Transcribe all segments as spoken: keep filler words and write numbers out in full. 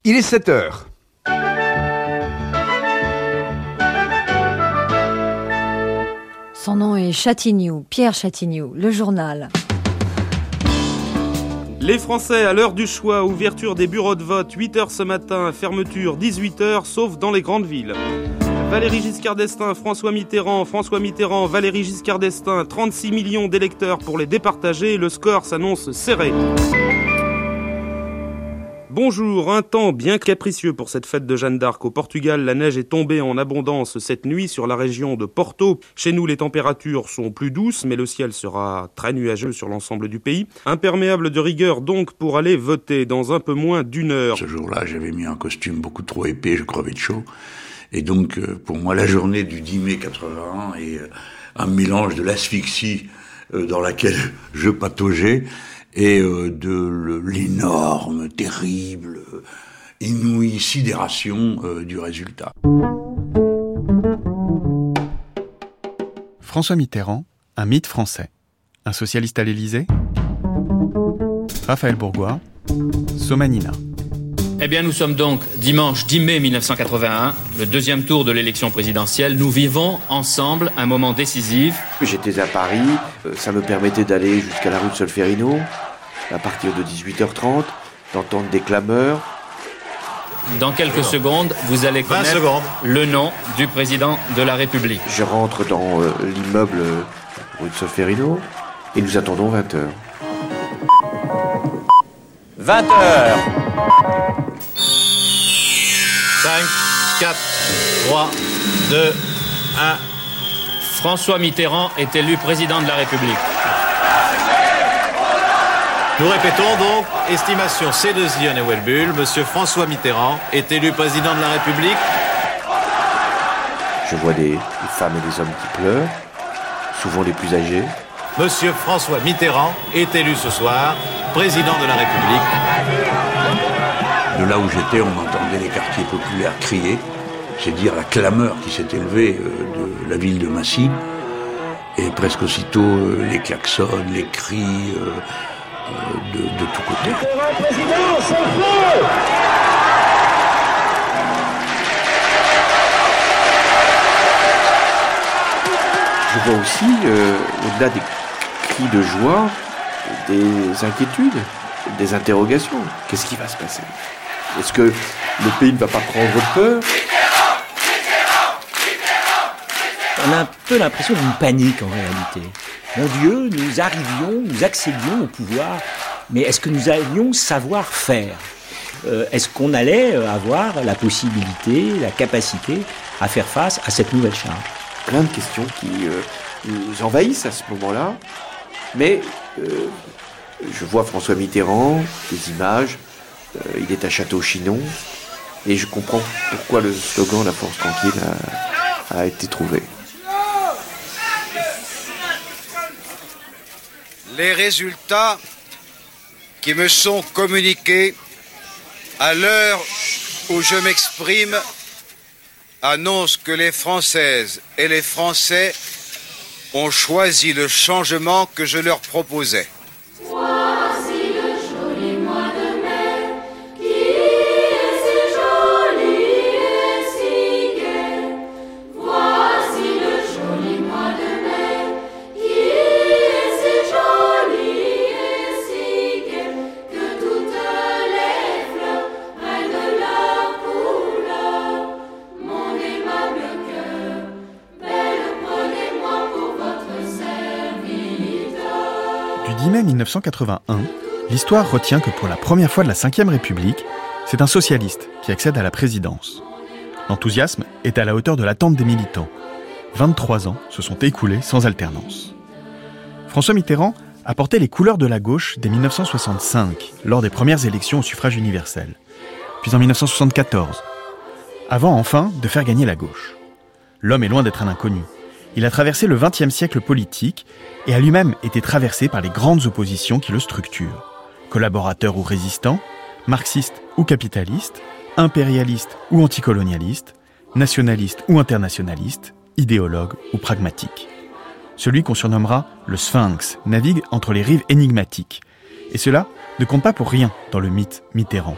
Il est sept heures. Son nom est Chatignoux, Pierre Chatignoux, Le Journal. Les Français, à l'heure du choix, ouverture des bureaux de vote, huit heures ce matin, fermeture dix-huit heures, sauf dans les grandes villes. Valéry Giscard d'Estaing, François Mitterrand, François Mitterrand, Valéry Giscard d'Estaing, trente-six millions d'électeurs pour les départager, le score s'annonce serré. Bonjour, un temps bien capricieux pour cette fête de Jeanne d'Arc. Au Portugal, la neige est tombée en abondance cette nuit sur la région de Porto. Chez nous, les températures sont plus douces, mais le ciel sera très nuageux sur l'ensemble du pays. Imperméable de rigueur donc pour aller voter dans un peu moins d'une heure. Ce jour-là, j'avais mis un costume beaucoup trop épais, je crevais de chaud. Et donc, pour moi, la journée du dix mai quatre-vingt-un est un mélange de l'asphyxie dans laquelle je pataugeais et de l'énorme, terrible, inouïe sidération du résultat. François Mitterrand, un mythe français. Un socialiste à l'Élysée ? Raphaël Bourgois, Somanina. Eh bien, nous sommes donc dimanche dix mai mille neuf cent quatre-vingt-un, le deuxième tour de l'élection présidentielle. Nous vivons ensemble un moment décisif. J'étais à Paris, ça me permettait d'aller jusqu'à la rue de Solferino, à partir de dix-huit heures trente, d'entendre des clameurs. Dans quelques secondes, vous allez connaître le nom du président de la République. Je rentre dans euh, l'immeuble euh, rue de Solferino et nous attendons vingt heures. vingt heures. cinq, quatre, trois, deux, un. François Mitterrand est élu président de la République. Nous répétons donc, estimation C deux I et Welbull, Monsieur François Mitterrand est élu président de la République. Je vois des, des femmes et des hommes qui pleurent, souvent les plus âgés. Monsieur François Mitterrand est élu ce soir président de la République. De là où j'étais, on entendait les quartiers populaires crier, c'est dire la clameur qui s'est élevée de la ville de Massy, et presque aussitôt les klaxons, les cris de, de tous côtés. Je vois aussi, euh, au-delà des cris de joie, des inquiétudes, des interrogations. Qu'est-ce qui va se passer ? Est-ce que le pays ne va pas prendre peur ? On a un peu l'impression d'une panique en réalité. Mon Dieu, nous arrivions, nous accédions au pouvoir, mais est-ce que nous allions savoir faire ? euh, Est-ce qu'on allait avoir la possibilité, la capacité à faire face à cette nouvelle charge ? Plein de questions qui euh, nous envahissent à ce moment-là, mais euh, je vois François Mitterrand, des images, euh, il est à Château-Chinon, et je comprends pourquoi le slogan « La force tranquille » a, a été trouvé. Les résultats qui me sont communiqués à l'heure où je m'exprime annoncent que les Françaises et les Français ont choisi le changement que je leur proposais. dix mai mille neuf cent quatre-vingt-un, l'histoire retient que pour la première fois de la cinquième République, c'est un socialiste qui accède à la présidence. L'enthousiasme est à la hauteur de l'attente des militants. vingt-trois ans se sont écoulés sans alternance. François Mitterrand a porté les couleurs de la gauche dès mille neuf cent soixante-cinq, lors des premières élections au suffrage universel, puis en mille neuf cent soixante-quatorze, avant enfin de faire gagner la gauche. L'homme est loin d'être un inconnu. Il a traversé le vingtième siècle politique et a lui-même été traversé par les grandes oppositions qui le structurent. Collaborateur ou résistant, marxiste ou capitaliste, impérialiste ou anticolonialiste, nationaliste ou internationaliste, idéologue ou pragmatique. Celui qu'on surnommera le Sphinx navigue entre les rives énigmatiques. Et cela ne compte pas pour rien dans le mythe Mitterrand.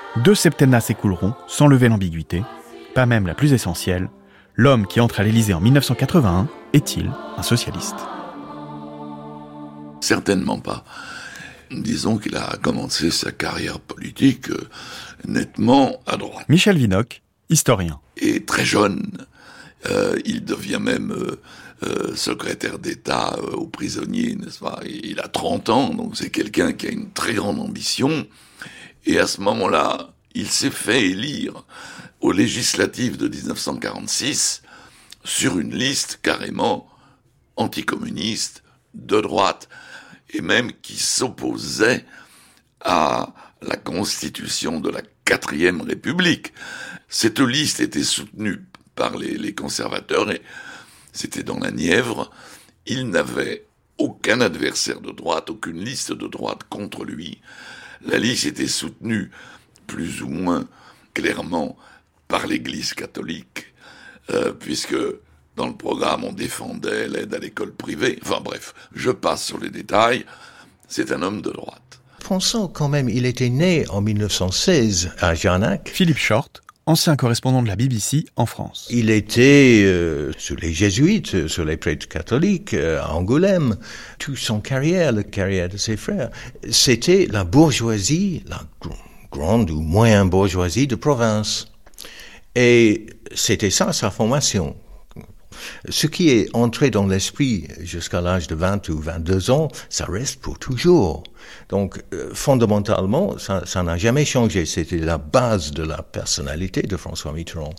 deux septennats s'écouleront sans lever l'ambiguïté, pas même la plus essentielle. L'homme qui entre à l'Élysée en dix-neuf cent quatre-vingt-un est-il un socialiste ? Certainement pas. Disons qu'il a commencé sa carrière politique euh, nettement à droite. Michel Vinocq, historien. Et très jeune, euh, il devient même euh, euh, secrétaire d'État euh, aux prisonniers, n'est-ce pas ? Il a trente ans, donc c'est quelqu'un qui a une très grande ambition. Et à ce moment-là, il s'est fait élire aux législatives de dix-neuf cent quarante-six sur une liste carrément anticommuniste, de droite, et même qui s'opposait à la constitution de la quatrième République. Cette liste était soutenue par les, les conservateurs et c'était dans la Nièvre. Il n'avait aucun adversaire de droite, aucune liste de droite contre lui. La liste était soutenue plus ou moins clairement par l'Église catholique, euh, puisque dans le programme on défendait l'aide à l'école privée. Enfin bref, je passe sur les détails. C'est un homme de droite. Pensons quand même, il était né en dix-neuf cent seize à Jarnac. Philippe Short, ancien correspondant de la B B C en France. Il était euh, sur les jésuites, sur les prêtres catholiques euh, à Angoulême. Toute son carrière, la carrière de ses frères, c'était la bourgeoisie, la gr- grande ou moyenne bourgeoisie de province. Et c'était ça sa formation. Ce qui est entré dans l'esprit jusqu'à l'âge de vingt ou vingt-deux ans, ça reste pour toujours. Donc, euh, fondamentalement, ça, ça n'a jamais changé. C'était la base de la personnalité de François Mitterrand.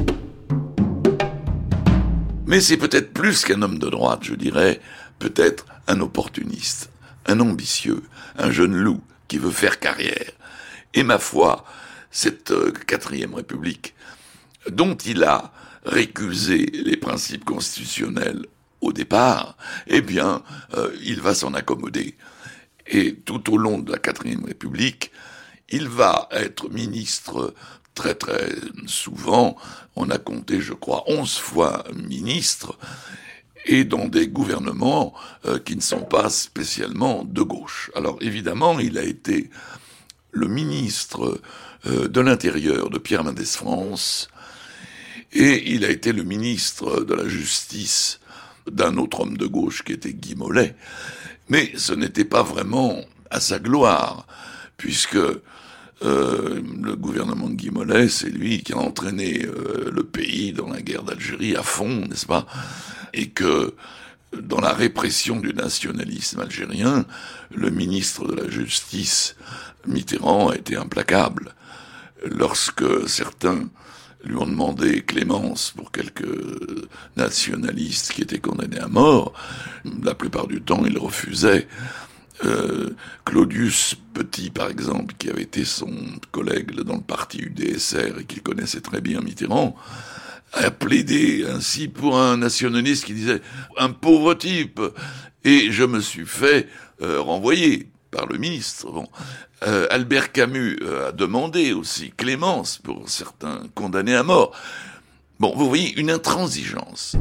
Mais c'est peut-être plus qu'un homme de droite, je dirais, peut-être un opportuniste, un ambitieux, un jeune loup qui veut faire carrière. Et ma foi, cette euh, quatrième République, dont il a récusé les principes constitutionnels au départ, eh bien, euh, il va s'en accommoder. Et tout au long de la quatrième République, il va être ministre très très souvent. On a compté, je crois, onze fois ministre, et dans des gouvernements euh, qui ne sont pas spécialement de gauche. Alors évidemment, il a été le ministre euh, de l'Intérieur de Pierre Mendès France, et il a été le ministre de la Justice d'un autre homme de gauche qui était Guy Mollet. Mais ce n'était pas vraiment à sa gloire, puisque euh, le gouvernement de Guy Mollet, c'est lui qui a entraîné euh, le pays dans la guerre d'Algérie à fond, n'est-ce pas ? Et que dans la répression du nationalisme algérien, le ministre de la Justice, Mitterrand, a été implacable. Lorsque certains lui ont demandé clémence pour quelques nationalistes qui étaient condamnés à mort, la plupart du temps, il refusait. Euh, Claudius Petit, par exemple, qui avait été son collègue dans le parti U D S R et qui connaissait très bien Mitterrand, a plaidé ainsi pour un nationaliste qui disait « un pauvre type ». Et je me suis fait euh, renvoyer par le ministre. Bon. Euh, Albert Camus euh, a demandé aussi clémence pour certains condamnés à mort. Bon, vous voyez, une intransigeance.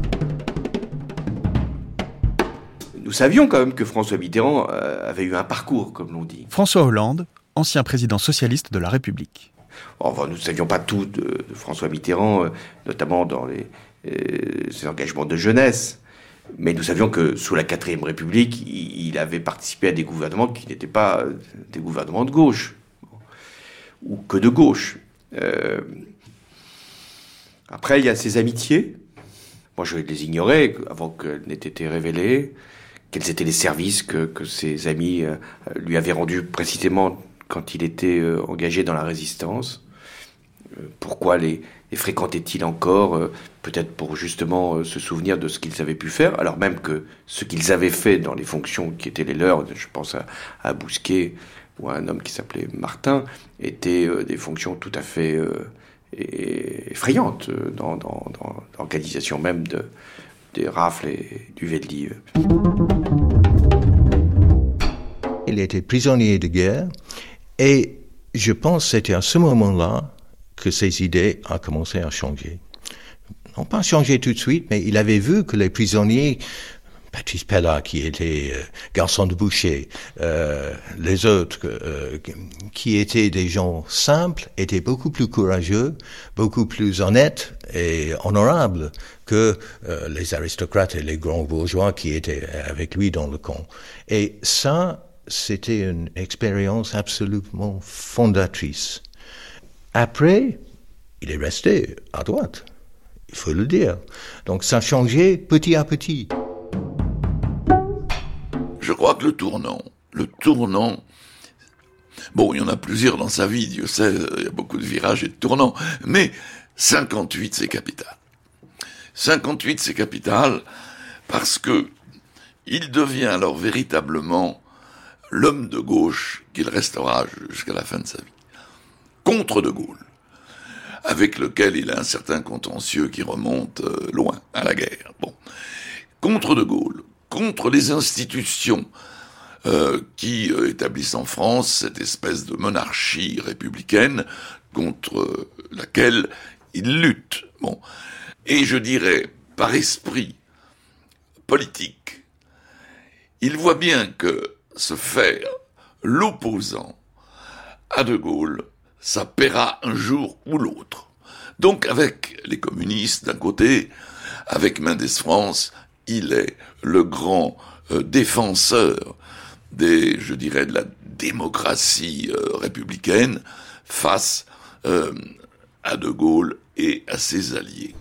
Nous savions quand même que François Mitterrand euh, avait eu un parcours, comme l'on dit. François Hollande, ancien président socialiste de la République. Enfin, nous ne savions pas tout de, de François Mitterrand, euh, notamment dans les, euh, ses engagements de jeunesse. Mais nous savions que sous la quatrième République, il, il avait participé à des gouvernements qui n'étaient pas euh, des gouvernements de gauche, ou que de gauche. Euh... Après, il y a ses amitiés. Moi, je les ignorais avant qu'elles n'aient été révélées. Quels étaient les services que, que ses amis euh, lui avaient rendus précisément quand il était euh, engagé dans la résistance. Euh, pourquoi les, les fréquentait-il encore euh, peut-être pour justement euh, se souvenir de ce qu'ils avaient pu faire, alors même que ce qu'ils avaient fait dans les fonctions qui étaient les leurs, je pense à, à Bousquet ou à un homme qui s'appelait Martin, étaient euh, des fonctions tout à fait euh, effrayantes euh, dans, dans, dans l'organisation même de, des rafles et du Veldiv. Il était prisonnier de guerre et je pense que c'était à ce moment-là que ses idées ont commencé à changer. Non pas changer tout de suite, mais il avait vu que les prisonniers Patrice Pella, qui était euh, garçon de boucher, euh, les autres euh, qui étaient des gens simples, étaient beaucoup plus courageux, beaucoup plus honnêtes et honorables que euh, les aristocrates et les grands bourgeois qui étaient avec lui dans le camp. Et ça, c'était une expérience absolument fondatrice. Après, il est resté à droite, il faut le dire. Donc ça a changé petit à petit. Je crois que le tournant, le tournant, bon, il y en a plusieurs dans sa vie, Dieu sait, il y a beaucoup de virages et de tournants, mais cinquante-huit, c'est capital. cinquante-huit, c'est capital parce que il devient alors véritablement l'homme de gauche qu'il restera jusqu'à la fin de sa vie. Contre De Gaulle, avec lequel il a un certain contentieux qui remonte euh, loin, à la guerre. Bon. Contre De Gaulle, contre les institutions euh, qui euh, établissent en France cette espèce de monarchie républicaine contre euh, laquelle il lutte. Bon. Et je dirais, par esprit politique, il voit bien que se faire l'opposant à De Gaulle, ça paiera un jour ou l'autre. Donc avec les communistes d'un côté, avec Mendès France, il est le grand euh, défenseur des, je dirais, de la démocratie euh, républicaine face euh, à De Gaulle et à ses alliés.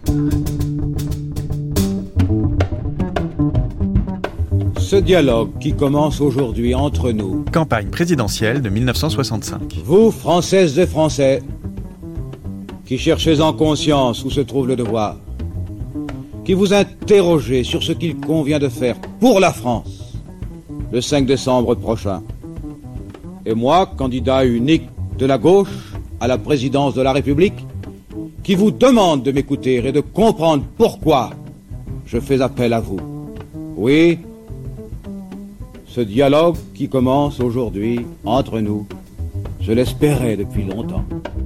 Ce dialogue qui commence aujourd'hui entre nous. Campagne présidentielle de mille neuf cent soixante-cinq. Vous, Françaises et Français, qui cherchez en conscience où se trouve le devoir, qui vous interrogez sur ce qu'il convient de faire pour la France le cinq décembre prochain. Et moi, candidat unique de la gauche à la présidence de la République, qui vous demande de m'écouter et de comprendre pourquoi je fais appel à vous. Oui, ce dialogue qui commence aujourd'hui entre nous, je l'espérais depuis longtemps.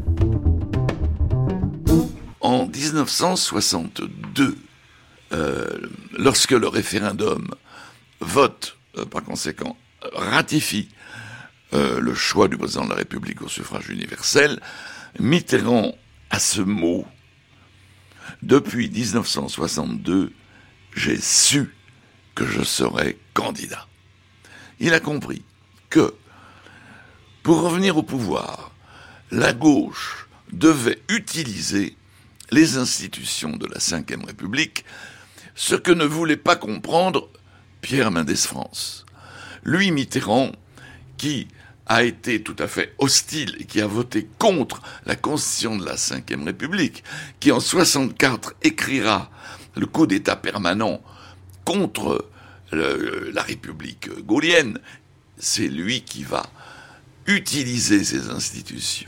En dix-neuf cent soixante-deux, euh, lorsque le référendum vote, euh, par conséquent, ratifie euh, le choix du président de la République au suffrage universel, Mitterrand a ce mot. Depuis dix-neuf cent soixante-deux, j'ai su que je serais candidat. Il a compris que, pour revenir au pouvoir, la gauche devait utiliser les institutions de la cinquième République, ce que ne voulait pas comprendre Pierre Mendès France. Lui, Mitterrand, qui a été tout à fait hostile et qui a voté contre la constitution de la cinquième République, qui en soixante-quatre écrira le coup d'État permanent contre le, la République gaulienne, c'est lui qui va utiliser ces institutions.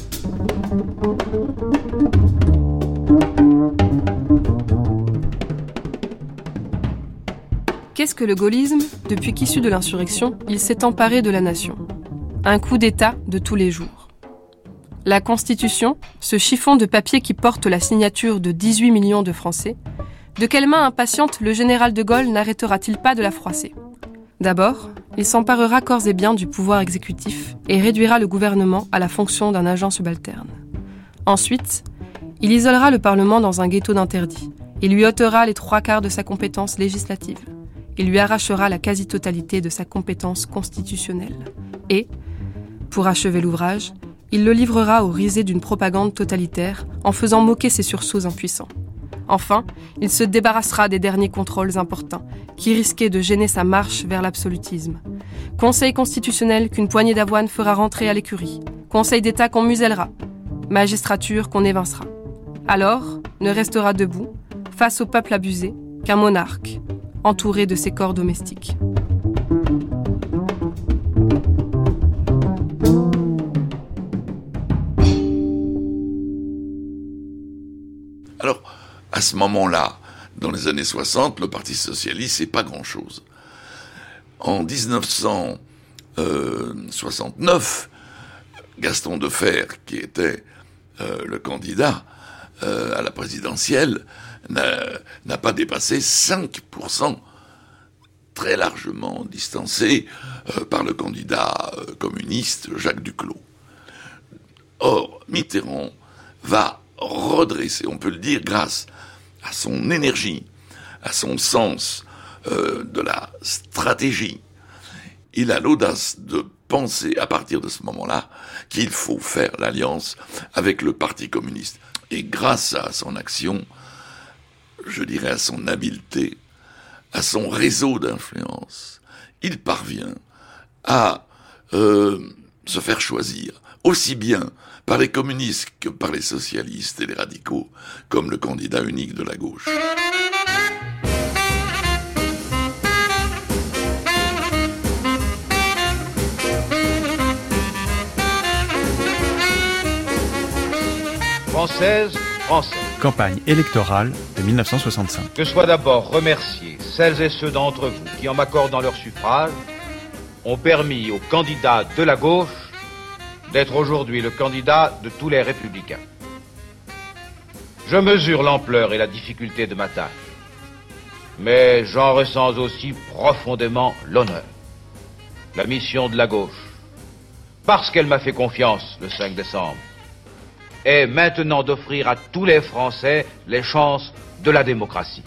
Qu'est-ce que le gaullisme ? Depuis qu'issu de l'insurrection, il s'est emparé de la nation. Un coup d'État de tous les jours. La Constitution, ce chiffon de papier qui porte la signature de dix-huit millions de Français, de quelle main impatiente le général de Gaulle n'arrêtera-t-il pas de la froisser ? D'abord, il s'emparera corps et biens du pouvoir exécutif et réduira le gouvernement à la fonction d'un agent subalterne. Ensuite, il isolera le Parlement dans un ghetto d'interdits. Il lui ôtera les trois quarts de sa compétence législative. Il lui arrachera la quasi-totalité de sa compétence constitutionnelle. Et, pour achever l'ouvrage, il le livrera aux risées d'une propagande totalitaire en faisant moquer ses sursauts impuissants. Enfin, il se débarrassera des derniers contrôles importants qui risquaient de gêner sa marche vers l'absolutisme. Conseil constitutionnel qu'une poignée d'avoine fera rentrer à l'écurie. Conseil d'État qu'on musellera. Magistrature qu'on évincera. Alors, ne restera debout, face au peuple abusé, qu'un monarque, entouré de ses corps domestiques. Alors, à ce moment-là, dans les années soixante, le Parti socialiste, c'est pas grand-chose. En dix-neuf cent soixante-neuf, Gaston Defferre, qui était euh, le candidat euh, à la présidentielle, n'a, n'a pas dépassé cinq pour cent très largement distancé euh, par le candidat euh, communiste Jacques Duclos. Or, Mitterrand va redresser, on peut le dire, grâce à son énergie, à son sens euh, de la stratégie. Il a l'audace de penser, à partir de ce moment-là, qu'il faut faire l'alliance avec le Parti communiste. Et grâce à son action, je dirais à son habileté, à son réseau d'influence, il parvient à euh, se faire choisir, aussi bien par les communistes que par les socialistes et les radicaux, comme le candidat unique de la gauche. Françaises, Français. Campagne électorale de mille neuf cent soixante-cinq. Je sois d'abord remercier celles et ceux d'entre vous qui, en m'accordant leur suffrage, ont permis aux candidats de la gauche d'être aujourd'hui le candidat de tous les républicains. Je mesure l'ampleur et la difficulté de ma tâche, mais j'en ressens aussi profondément l'honneur. La mission de la gauche, parce qu'elle m'a fait confiance le cinq décembre, est maintenant d'offrir à tous les Français les chances de la démocratie.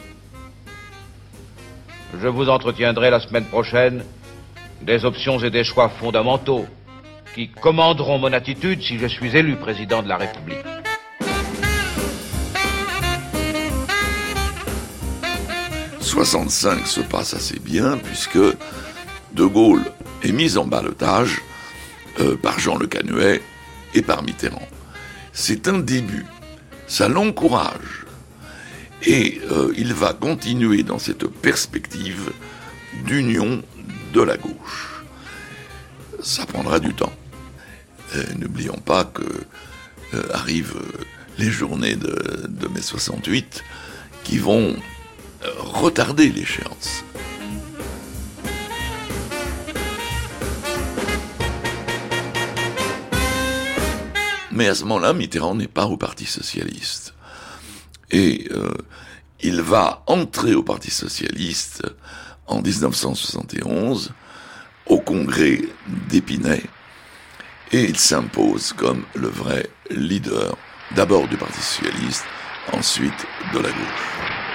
Je vous entretiendrai la semaine prochaine des options et des choix fondamentaux qui commanderont mon attitude si je suis élu président de la République. soixante-cinq se passe assez bien puisque De Gaulle est mis en ballottage euh, par Jean Le Canuet et par Mitterrand. C'est un début, ça l'encourage et euh, il va continuer dans cette perspective d'union de la gauche. Ça prendra du temps. Euh, n'oublions pas que euh, arrivent les journées de, de mai soixante-huit qui vont euh, retarder l'échéance. Mais à ce moment-là, Mitterrand n'est pas au Parti socialiste. Et euh, il va entrer au Parti socialiste en dix-neuf cent soixante et onze, au congrès d'Épinay, et il s'impose comme le vrai leader, d'abord du Parti socialiste, ensuite de la gauche.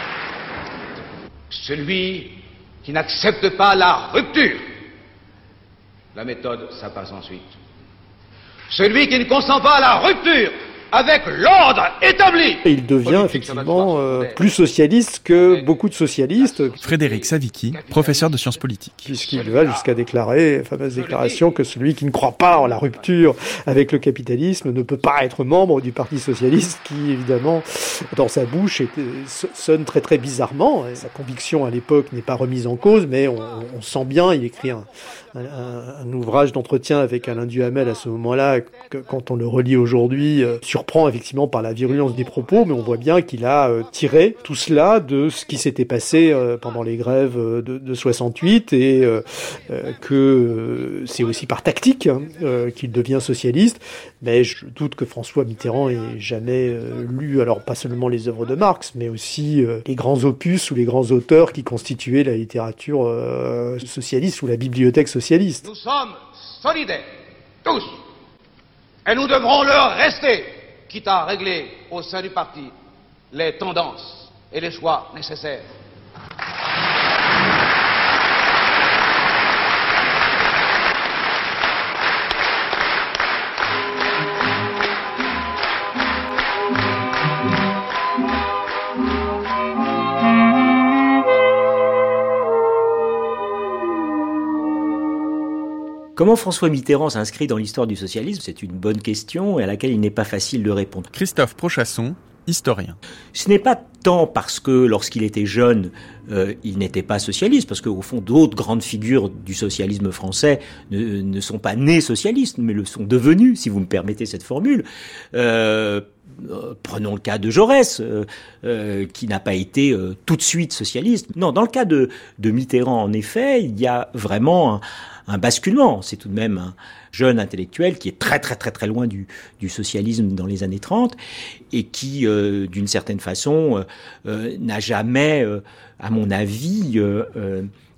Celui qui n'accepte pas la rupture. La méthode, ça passe ensuite. Celui qui ne consent pas à la rupture avec l'ordre établi. Et il devient effectivement euh, plus socialiste que beaucoup de socialistes. Frédéric Savicki, professeur de sciences politiques. Puisqu'il va jusqu'à déclarer, la fameuse déclaration, que celui qui ne croit pas en la rupture avec le capitalisme ne peut pas être membre du Parti socialiste, qui évidemment, dans sa bouche, était, sonne très très bizarrement. Et sa conviction à l'époque n'est pas remise en cause, mais on, on sent bien, il écrit un, un, un ouvrage d'entretien avec Alain Duhamel à ce moment-là, que quand on le relit aujourd'hui, euh, surprend effectivement par la virulence des propos, mais on voit bien qu'il a euh, tiré tout cela de ce qui s'était passé euh, pendant les grèves euh, de, de soixante-huit et euh, euh, que euh, c'est aussi par tactique hein, euh, qu'il devient socialiste. Mais je doute que François Mitterrand ait jamais euh, lu, alors pas seulement les œuvres de Marx, mais aussi euh, les grands opus ou les grands auteurs qui constituaient la littérature euh, socialiste ou la bibliothèque socialiste. Nous sommes solidaires, tous, et nous devrons leur rester, quitte à régler au sein du parti les tendances et les choix nécessaires. Comment François Mitterrand s'inscrit dans l'histoire du socialisme ? C'est une bonne question et à laquelle il n'est pas facile de répondre. Christophe Prochasson, historien. Ce n'est pas tant parce que lorsqu'il était jeune, euh, il n'était pas socialiste, parce qu'au fond, d'autres grandes figures du socialisme français ne, ne sont pas nées socialistes, mais le sont devenues, si vous me permettez cette formule. Euh, Euh, prenons le cas de Jaurès, euh, euh, qui n'a pas été euh, tout de suite socialiste. Non, dans le cas de, de Mitterrand, en effet, il y a vraiment un, un basculement. C'est tout de même un jeune intellectuel qui est très très très très loin du, du socialisme dans les années trente et qui, euh, d'une certaine façon, euh, euh, n'a jamais, euh, à mon avis, euh, euh,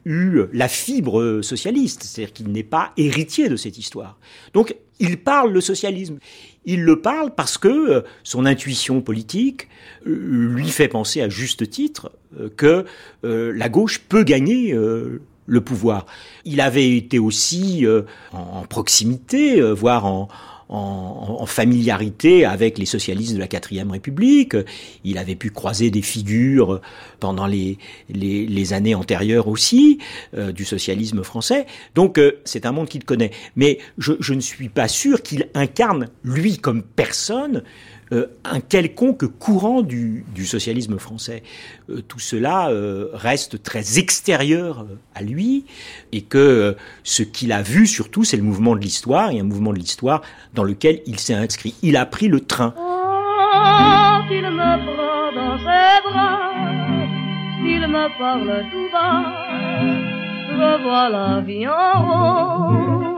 eu la fibre socialiste, c'est-à-dire qu'il n'est pas héritier de cette histoire. Donc, il parle le socialisme. Il le parle parce que son intuition politique lui fait penser à juste titre que la gauche peut gagner le pouvoir. Il avait été aussi en proximité, voire en, en, en familiarité avec les socialistes de la quatrième République. Il avait pu croiser des figures pendant les, les, les années antérieures aussi euh, du socialisme français. Donc euh, c'est un monde qu'il connaît. Mais je, je ne suis pas sûr qu'il incarne, lui comme personne, euh, un quelconque courant du, du socialisme français. Euh, tout cela euh, reste très extérieur à lui, et que euh, ce qu'il a vu surtout, c'est le mouvement de l'histoire, et un mouvement de l'histoire dans lequel il s'est inscrit. Il a pris le train. Oh, qu'il me prend dans ses bras, qu'il me parle tout bas, je vois la vie en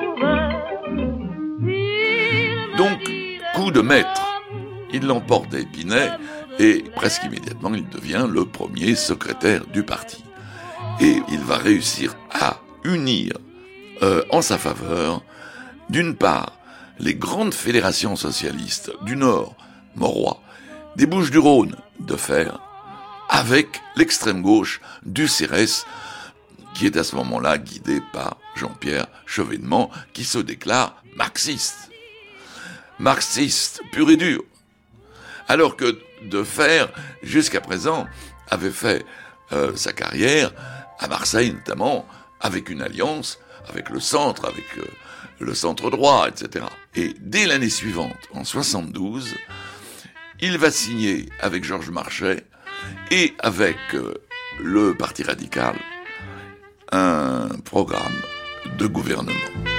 rose. Donc, coup de maître, il l'emporte à Épinay et presque immédiatement il devient le premier secrétaire du parti. Et il va réussir à unir euh, en sa faveur, d'une part, les grandes fédérations socialistes du Nord, Mauroy, des Bouches-du-Rhône, Defferre, avec l'extrême gauche du C R S, qui est à ce moment-là guidé par Jean-Pierre Chevènement, qui se déclare marxiste. Marxiste pur et dur. Alors que Defferre, jusqu'à présent, avait fait euh, sa carrière à Marseille notamment, avec une alliance avec le centre, avec euh, le centre droit, et cetera. Et dès l'année suivante, en soixante-douze, il va signer avec Georges Marchais et avec euh, le Parti radical un programme de gouvernement.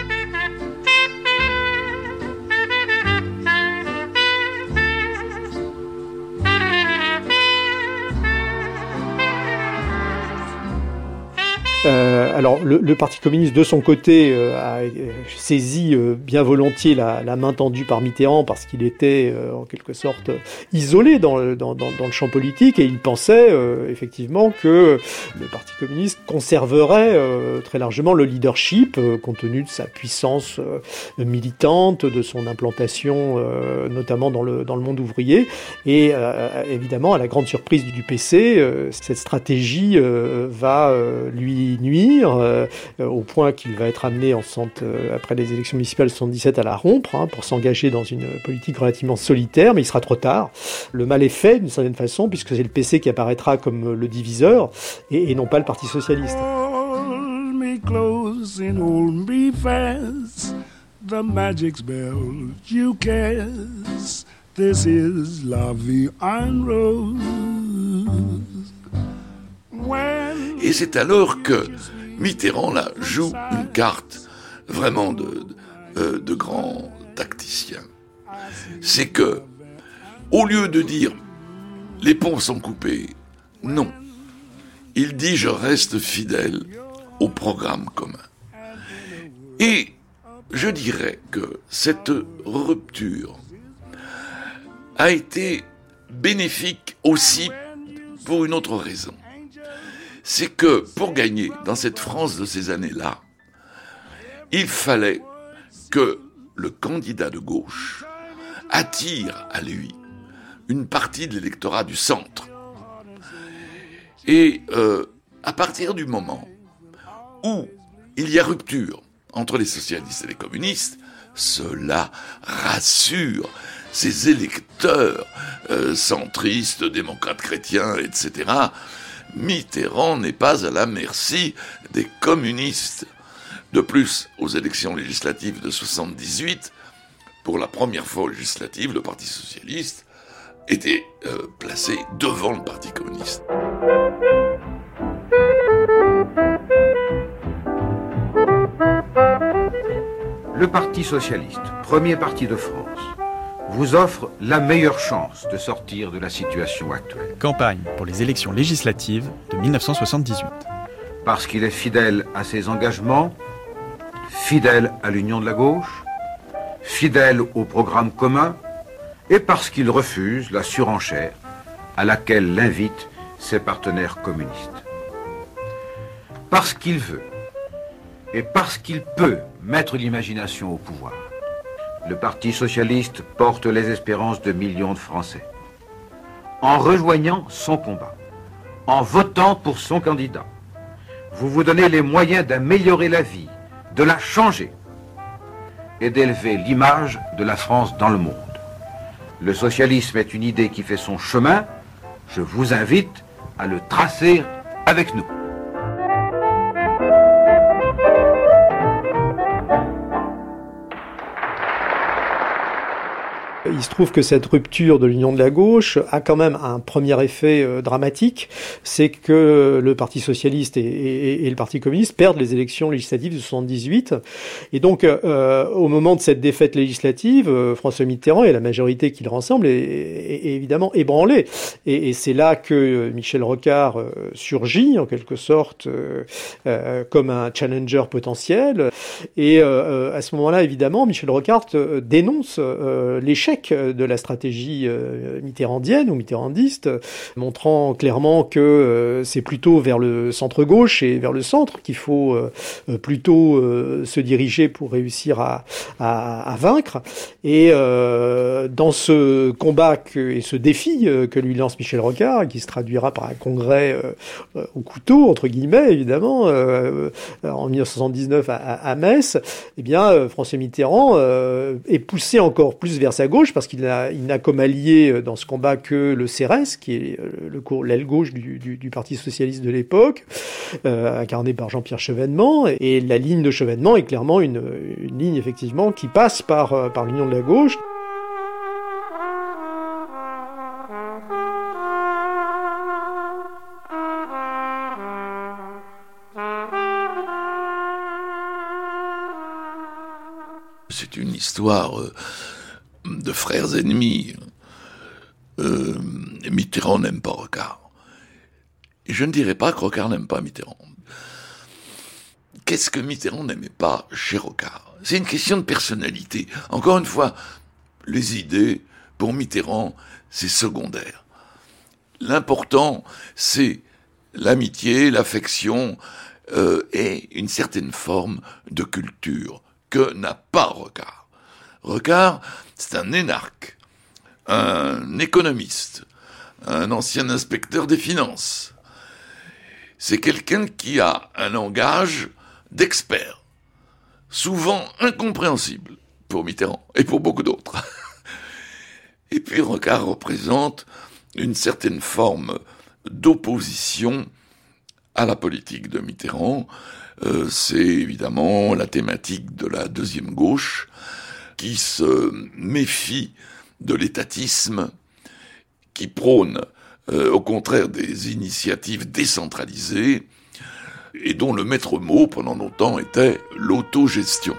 Euh, alors, le, le Parti communiste, de son côté, euh, a saisi euh, bien volontiers la, la main tendue par Mitterrand parce qu'il était, euh, en quelque sorte, isolé dans le, dans, dans, dans le champ politique, et il pensait, euh, effectivement, que le Parti communiste conserverait euh, très largement le leadership, euh, compte tenu de sa puissance euh, militante, de son implantation, euh, notamment dans le, dans le monde ouvrier. Et, euh, évidemment, à la grande surprise du P C, euh, cette stratégie euh, va euh, lui nuire, euh, au point qu'il va être amené en soixante, euh, après les élections municipales de soixante-dix-sept à la rompre, hein, pour s'engager dans une politique relativement solitaire, mais il sera trop tard. Le mal est fait d'une certaine façon, puisque c'est le P C qui apparaîtra comme le diviseur, et, et non pas le Parti socialiste. Hold me close and hold me fast, the magic spell you cast, this is la vie en rose. Et c'est alors que Mitterrand là, joue une carte vraiment de, de, de grand tacticien. C'est que, au lieu de dire « les ponts sont coupés », non. Il dit « je reste fidèle au programme commun ». Et je dirais que cette rupture a été bénéfique aussi pour une autre raison. C'est que, pour gagner dans cette France de ces années-là, il fallait que le candidat de gauche attire à lui une partie de l'électorat du centre. Et euh, à partir du moment où il y a rupture entre les socialistes et les communistes, cela rassure ces électeurs euh, centristes, démocrates chrétiens, et cetera. Mitterrand n'est pas à la merci des communistes. De plus, aux élections législatives de soixante-dix-huit, pour la première fois aux législatives, le Parti socialiste était euh, placé devant le Parti communiste. Le Parti socialiste, premier parti de France, vous offre la meilleure chance de sortir de la situation actuelle. Campagne pour les élections législatives de mille neuf cent soixante-dix-huit. Parce qu'il est fidèle à ses engagements, fidèle à l'union de la gauche, fidèle au programme commun, et parce qu'il refuse la surenchère à laquelle l'invitent ses partenaires communistes. parce qu'il veut et parce qu'il peut mettre l'imagination au pouvoir, le Parti socialiste porte les espérances de millions de Français. En rejoignant son combat, en votant pour son candidat, vous vous donnez les moyens d'améliorer la vie, de la changer et d'élever l'image de la France dans le monde. Le socialisme est une idée qui fait son chemin. Je vous invite à le tracer avec nous. Il se trouve que cette rupture de l'union de la gauche a quand même un premier effet euh, dramatique, c'est que le Parti socialiste et, et, et le Parti communiste perdent les élections législatives de soixante-dix-huit. Et donc, euh, au moment de cette défaite législative, euh, François Mitterrand et la majorité qui le rassemble est, est, est évidemment ébranlé. Et, et c'est là que Michel Rocard euh, surgit, en quelque sorte, euh, euh, comme un challenger potentiel. Et euh, à ce moment-là, évidemment, Michel Rocard euh, dénonce euh, l'échec de la stratégie mitterrandienne ou mitterrandiste, montrant clairement que euh, c'est plutôt vers le centre-gauche et vers le centre qu'il faut euh, plutôt euh, se diriger pour réussir à, à, à vaincre. Et euh, dans ce combat que, et ce défi euh, que lui lance Michel Rocard, qui se traduira par un congrès euh, au couteau, entre guillemets, évidemment, euh, en dix-neuf cent soixante-dix-neuf à, à Metz, eh bien, euh, François Mitterrand euh, est poussé encore plus vers sa gauche, parce qu'il n'a, il n'a comme allié dans ce combat que le C R S, qui est le, l'aile gauche du, du, du Parti socialiste de l'époque, euh, incarné par Jean-Pierre Chevènement. Et la ligne de Chevènement est clairement une, une ligne, effectivement, qui passe par, par l'union de la gauche. C'est une histoire euh, de frères ennemis. Euh, Mitterrand n'aime pas Rocard. Et je ne dirais pas que Rocard n'aime pas Mitterrand. Qu'est-ce que Mitterrand n'aimait pas chez Rocard ? C'est une question de personnalité. Encore une fois, les idées, pour Mitterrand, c'est secondaire. L'important, c'est l'amitié, l'affection euh, et une certaine forme de culture que n'a pas Rocard. Rocard, c'est un énarque, un économiste, un ancien inspecteur des finances. C'est quelqu'un qui a un langage d'expert, souvent incompréhensible pour Mitterrand et pour beaucoup d'autres. Et puis Rocard représente une certaine forme d'opposition à la politique de Mitterrand. Euh, c'est évidemment la thématique de la deuxième gauche qui se méfie de l'étatisme, qui prône euh, au contraire des initiatives décentralisées et dont le maître mot pendant longtemps était l'autogestion.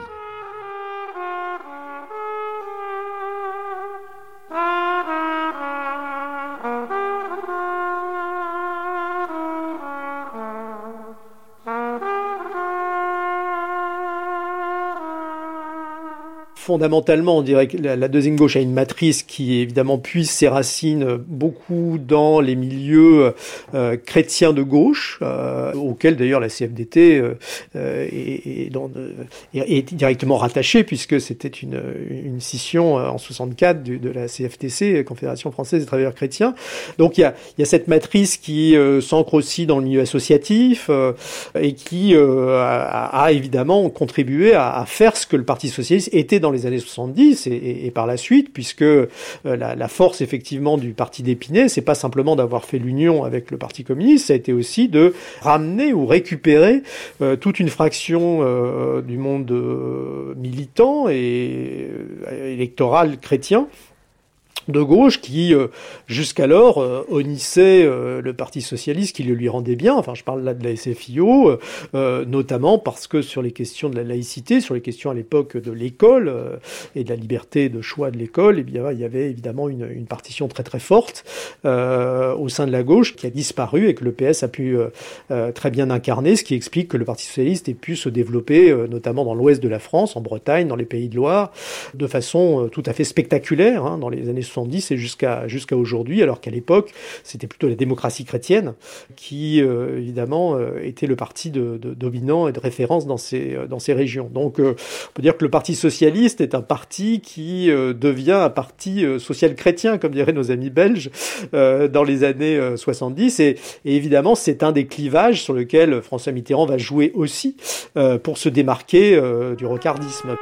Fondamentalement, on dirait que la, la deuxième gauche a une matrice qui évidemment puise ses racines beaucoup dans les milieux euh, chrétiens de gauche, euh, auxquels d'ailleurs la C F D T euh, est, est, dans, est, est directement rattachée, puisque c'était une, une scission en soixante-quatre de, de la C F T C, Confédération française des travailleurs chrétiens. Donc il y a, il y a cette matrice qui euh, s'ancre aussi dans le milieu associatif euh, et qui euh, a, a évidemment contribué à, à faire ce que le Parti socialiste était dans les années soixante-dix et, et, et par la suite, puisque euh, la, la force effectivement du parti d'Épinay, c'est pas simplement d'avoir fait l'union avec le Parti communiste, ça a été aussi de ramener ou récupérer euh, toute une fraction euh, du monde euh, militant et euh, électoral chrétien de gauche qui, euh, jusqu'alors, euh, honnissait euh, le Parti socialiste, qui le lui rendait bien. Enfin, je parle là de la S F I O, euh, notamment parce que sur les questions de la laïcité, sur les questions à l'époque de l'école euh, et de la liberté de choix de l'école, eh bien, il y avait évidemment une, une partition très très forte euh, au sein de la gauche qui a disparu et que le P S a pu euh, euh, très bien incarner, ce qui explique que le Parti socialiste ait pu se développer, euh, notamment dans l'ouest de la France, en Bretagne, dans les Pays de Loire, de façon euh, tout à fait spectaculaire, hein, dans les années soixante-dix et jusqu'à jusqu'à aujourd'hui, alors qu'à l'époque, c'était plutôt la démocratie chrétienne qui, euh, évidemment, euh, était le parti de, de, dominant et de référence dans ces, dans ces régions. Donc, euh, on peut dire que le Parti socialiste est un parti qui euh, devient un parti euh, social-chrétien, comme diraient nos amis belges, euh, dans les années euh, soixante-dix. Et, et évidemment, c'est un des clivages sur lequel François Mitterrand va jouer aussi euh, pour se démarquer euh, du rocardisme.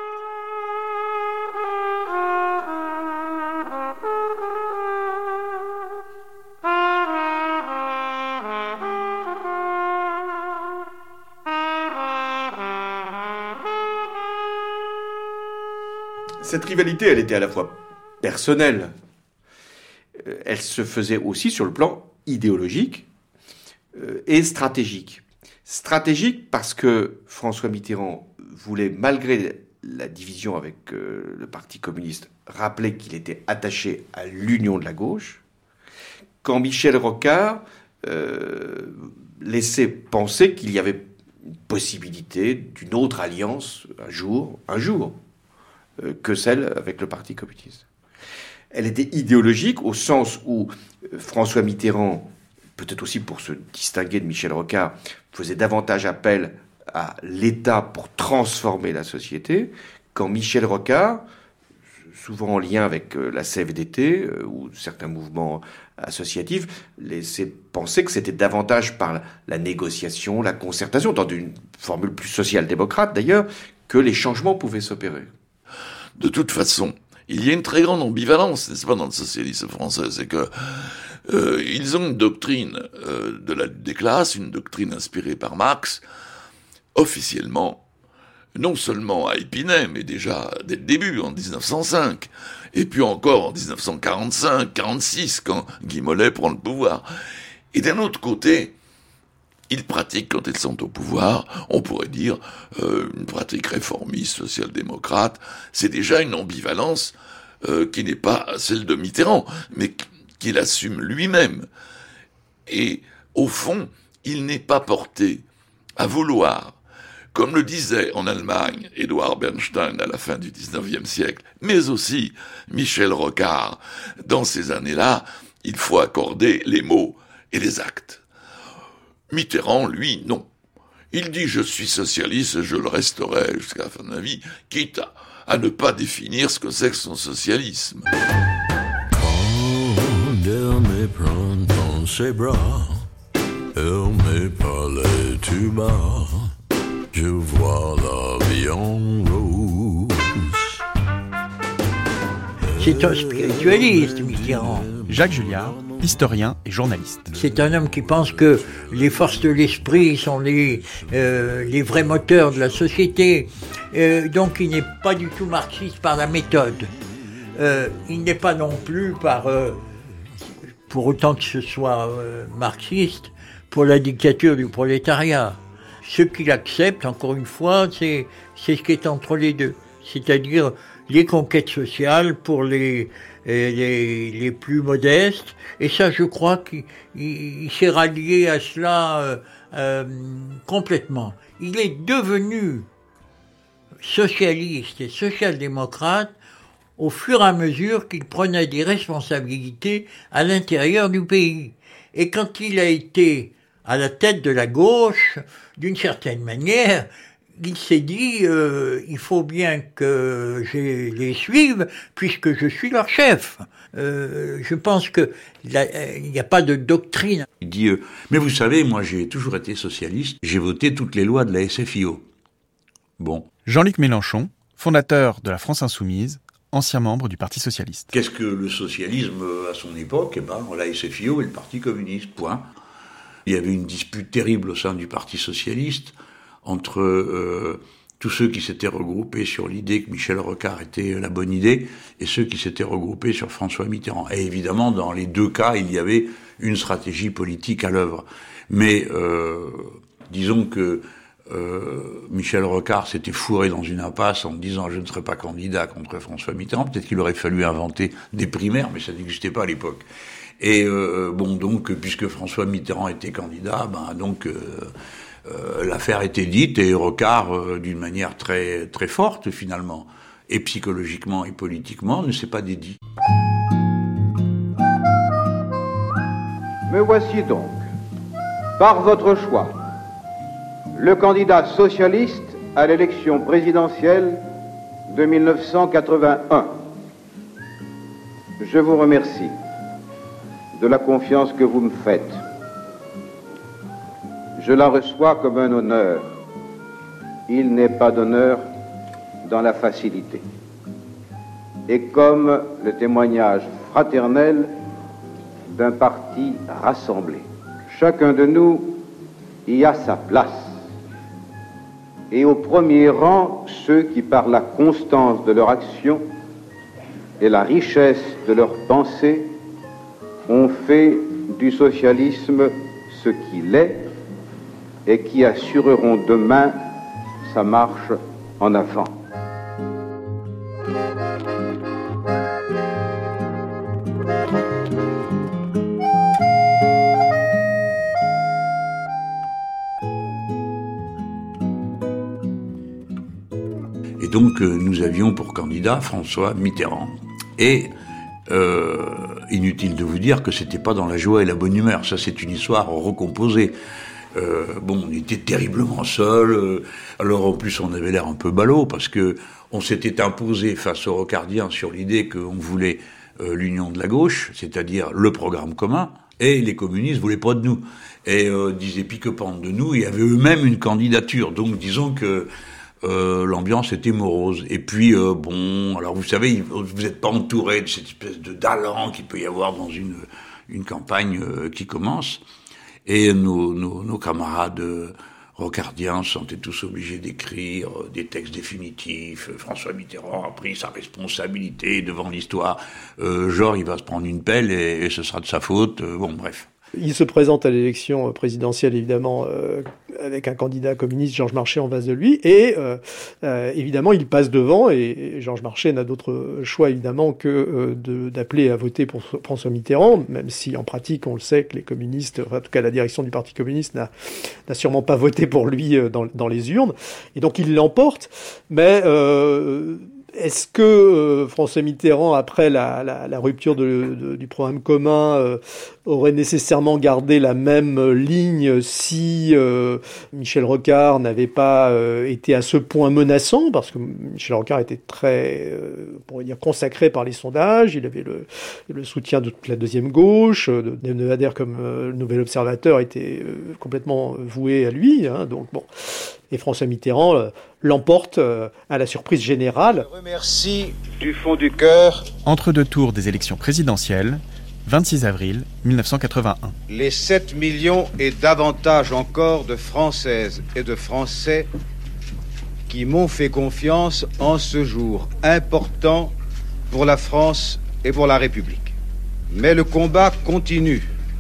Cette rivalité, elle était à la fois personnelle, elle se faisait aussi sur le plan idéologique et stratégique. Stratégique parce que François Mitterrand voulait, malgré la division avec le Parti communiste, rappeler qu'il était attaché à l'union de la gauche, quand Michel Rocard euh, laissait penser qu'il y avait une possibilité d'une autre alliance un jour, un jour. que celle avec le Parti communiste. Elle était idéologique au sens où François Mitterrand, peut-être aussi pour se distinguer de Michel Rocard, faisait davantage appel à l'État pour transformer la société, quand Michel Rocard, souvent en lien avec la C F D T ou certains mouvements associatifs, laissait penser que c'était davantage par la négociation, la concertation, dans une formule plus social-démocrate d'ailleurs, que les changements pouvaient s'opérer. De toute façon, il y a une très grande ambivalence, n'est-ce pas, dans le socialisme français, c'est que euh, ils ont une doctrine euh, de la lutte des classes, une doctrine inspirée par Marx, officiellement, non seulement à Épinay, mais déjà dès le début, en dix-neuf cent cinq, et puis encore en dix-neuf cent quarante-cinq, quarante-six, quand Guy Mollet prend le pouvoir. Et d'un autre côté, ils pratiquent, quand ils sont au pouvoir, on pourrait dire, euh, une pratique réformiste, social-démocrate. C'est déjà une ambivalence euh, qui n'est pas celle de Mitterrand, mais qu'il assume lui-même. Et au fond, il n'est pas porté à vouloir, comme le disait en Allemagne Édouard Bernstein à la fin du dix-neuvième siècle, mais aussi Michel Rocard. Dans ces années-là, il faut accorder les mots et les actes. Mitterrand, lui, non. Il dit « je suis socialiste et je le resterai jusqu'à la fin de ma vie », quitte à, à ne pas définir ce que c'est que son socialisme. Elle prend dans ses bras, elle me parlait tout bas, je vois la vie en rose. C'est un spiritualiste, Mitterrand. Jacques Julliard, historien et journaliste. C'est un homme qui pense que les forces de l'esprit sont les, euh, les vrais moteurs de la société. Euh, donc il n'est pas du tout marxiste par la méthode. Euh, il n'est pas non plus par, euh, pour autant que ce soit euh, marxiste, pour la dictature du prolétariat. Ce qu'il accepte, encore une fois, c'est, c'est ce qui est entre les deux. C'est-à-dire les conquêtes sociales pour les, les, les plus modestes. Et ça, je crois qu'il il, il s'est rallié à cela euh, euh, complètement. Il est devenu socialiste et social-démocrate au fur et à mesure qu'il prenait des responsabilités à l'intérieur du pays. Et quand il a été à la tête de la gauche, d'une certaine manière, il s'est dit euh, il faut bien que je les suive puisque je suis leur chef. Euh, je pense que il n'y a pas de doctrine. Il dit euh, mais vous savez, moi j'ai toujours été socialiste, j'ai voté toutes les lois de la S F I O. Bon. Jean-Luc Mélenchon, fondateur de la France Insoumise, ancien membre du Parti socialiste. Qu'est-ce que le socialisme à son époque? Eh ben, la S F I O et le Parti communiste. Point. Il y avait une dispute terrible au sein du Parti socialiste entre euh, tous ceux qui s'étaient regroupés sur l'idée que Michel Rocard était la bonne idée et ceux qui s'étaient regroupés sur François Mitterrand. Et évidemment, dans les deux cas, il y avait une stratégie politique à l'œuvre. Mais euh, disons que euh, Michel Rocard s'était fourré dans une impasse en disant « je ne serai pas candidat contre François Mitterrand ». Peut-être qu'il aurait fallu inventer des primaires, mais ça n'existait pas à l'époque. Et euh, bon, donc, puisque François Mitterrand était candidat, ben donc... Euh, Euh, l'affaire était dite et Rocard, euh, d'une manière très très forte finalement, et psychologiquement et politiquement, ne s'est pas dédié. Me voici donc, par votre choix, le candidat socialiste à l'élection présidentielle de mille neuf cent quatre-vingt-un. Je vous remercie de la confiance que vous me faites. Je la reçois comme un honneur. Il n'est pas d'honneur dans la facilité. Et comme le témoignage fraternel d'un parti rassemblé. Chacun de nous y a sa place. Et au premier rang, ceux qui, par la constance de leur action et la richesse de leur pensée, ont fait du socialisme ce qu'il est et qui assureront demain sa marche en avant. Et donc, euh, nous avions pour candidat François Mitterrand. Et euh, inutile de vous dire que c'était pas dans la joie et la bonne humeur. Ça, c'est une histoire recomposée. Euh, bon, on était terriblement seuls. Euh, alors, en plus, on avait l'air un peu ballot parce que on s'était imposé face aux Rocardiens sur l'idée qu'on voulait euh, l'union de la gauche, c'est-à-dire le programme commun. Et les communistes voulaient pas de nous. Et euh, disaient pique-pente de nous. Ils avaient eux-mêmes une candidature. Donc, disons que Euh, l'ambiance était morose. Et puis, euh, bon, alors vous savez, vous n'êtes pas entouré de cette espèce de d'allant qu'il peut y avoir dans une, une campagne euh, qui commence. Et nos, nos, nos camarades euh, rocardiens se sentaient tous obligés d'écrire euh, des textes définitifs. François Mitterrand a pris sa responsabilité devant l'histoire. Euh, genre, il va se prendre une pelle et, et ce sera de sa faute. Euh, bon, bref. Il se présente à l'élection présidentielle, évidemment, euh, avec un candidat communiste, Georges Marchais, en face de lui. Et euh, euh, évidemment, il passe devant. Et, et Georges Marchais n'a d'autre choix, évidemment, que euh, de, d'appeler à voter pour François Mitterrand, même si, en pratique, on le sait que les communistes, enfin, en tout cas la direction du Parti communiste, n'a, n'a sûrement pas voté pour lui euh, dans, dans les urnes. Et donc, il l'emporte. Mais... Euh, Est-ce que euh, François Mitterrand, après la, la, la rupture de, de, du programme commun, euh, aurait nécessairement gardé la même ligne si euh, Michel Rocard n'avait pas euh, été à ce point menaçant? Parce que Michel Rocard était très, euh, on pourrait dire, consacré par les sondages. Il avait le, le soutien de toute la deuxième gauche. De Nevadler, comme euh, le Nouvel Observateur, était euh, complètement voué à lui. Hein, donc bon. Et François Mitterrand euh, l'emporte euh, à la surprise générale. Je remercie du fond du cœur Entre deux tours des élections présidentielles, vingt-six avril mille neuf cent quatre-vingt-un. les sept millions et davantage encore de Françaises et de Français qui m'ont fait confiance en ce jour important pour la France et pour la République. Mais le combat continue.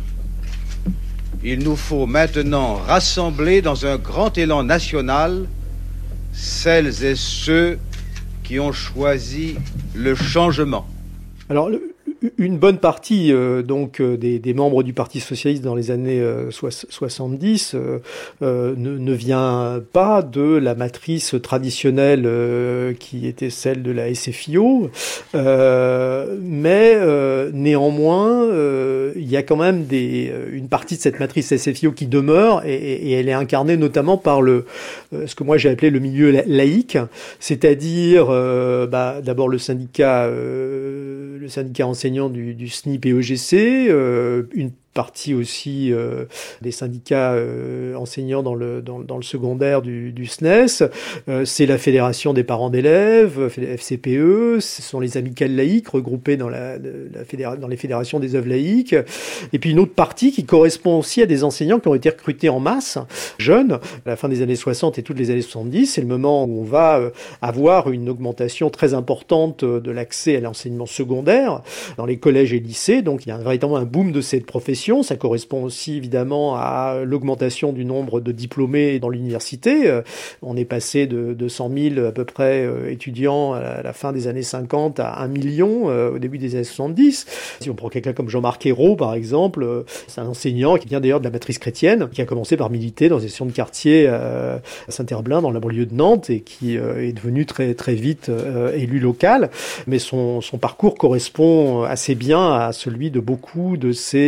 Il nous faut maintenant rassembler dans un grand élan national celles et ceux qui ont choisi le changement. Alors, le, une bonne partie euh, donc euh, des, des membres du Parti socialiste dans les années euh, soixante-dix euh, euh, ne, ne vient pas de la matrice traditionnelle euh, qui était celle de la S F I O, euh, mais euh, néanmoins euh, il y a quand même des, une partie de cette matrice S F I O qui demeure et, et elle est incarnée notamment par le euh, ce que moi j'ai appelé le milieu laïque, c'est-à-dire euh, bah, d'abord le syndicat euh, le syndicat enseignant Du, du S N I P et E G C, euh, une partie aussi euh, des syndicats euh, enseignants dans le, dans, dans le secondaire du, du S N E S. Euh, c'est la Fédération des parents d'élèves, F C P E, ce sont les amicales laïques regroupées dans, la, la fédéra- dans les fédérations des œuvres laïques. Et puis une autre partie qui correspond aussi à des enseignants qui ont été recrutés en masse, jeunes, à la fin des années soixante et toutes les années soixante-dix. C'est le moment où on va euh, avoir une augmentation très importante de l'accès à l'enseignement secondaire dans les collèges et lycées. Donc il y a véritablement un boom de cette profession. Ça correspond aussi évidemment à l'augmentation du nombre de diplômés dans l'université. On est passé de, de cent mille à peu près étudiants à la fin des années cinquante à un million au début des années soixante-dix. Si on prend quelqu'un comme Jean-Marc Ayrault par exemple, c'est un enseignant qui vient d'ailleurs de la matrice chrétienne, qui a commencé par militer dans des sessions de quartier à Saint-Herblain dans la banlieue de Nantes et qui est devenu très très vite élu local. Mais son, son parcours correspond assez bien à celui de beaucoup de ces nouveaux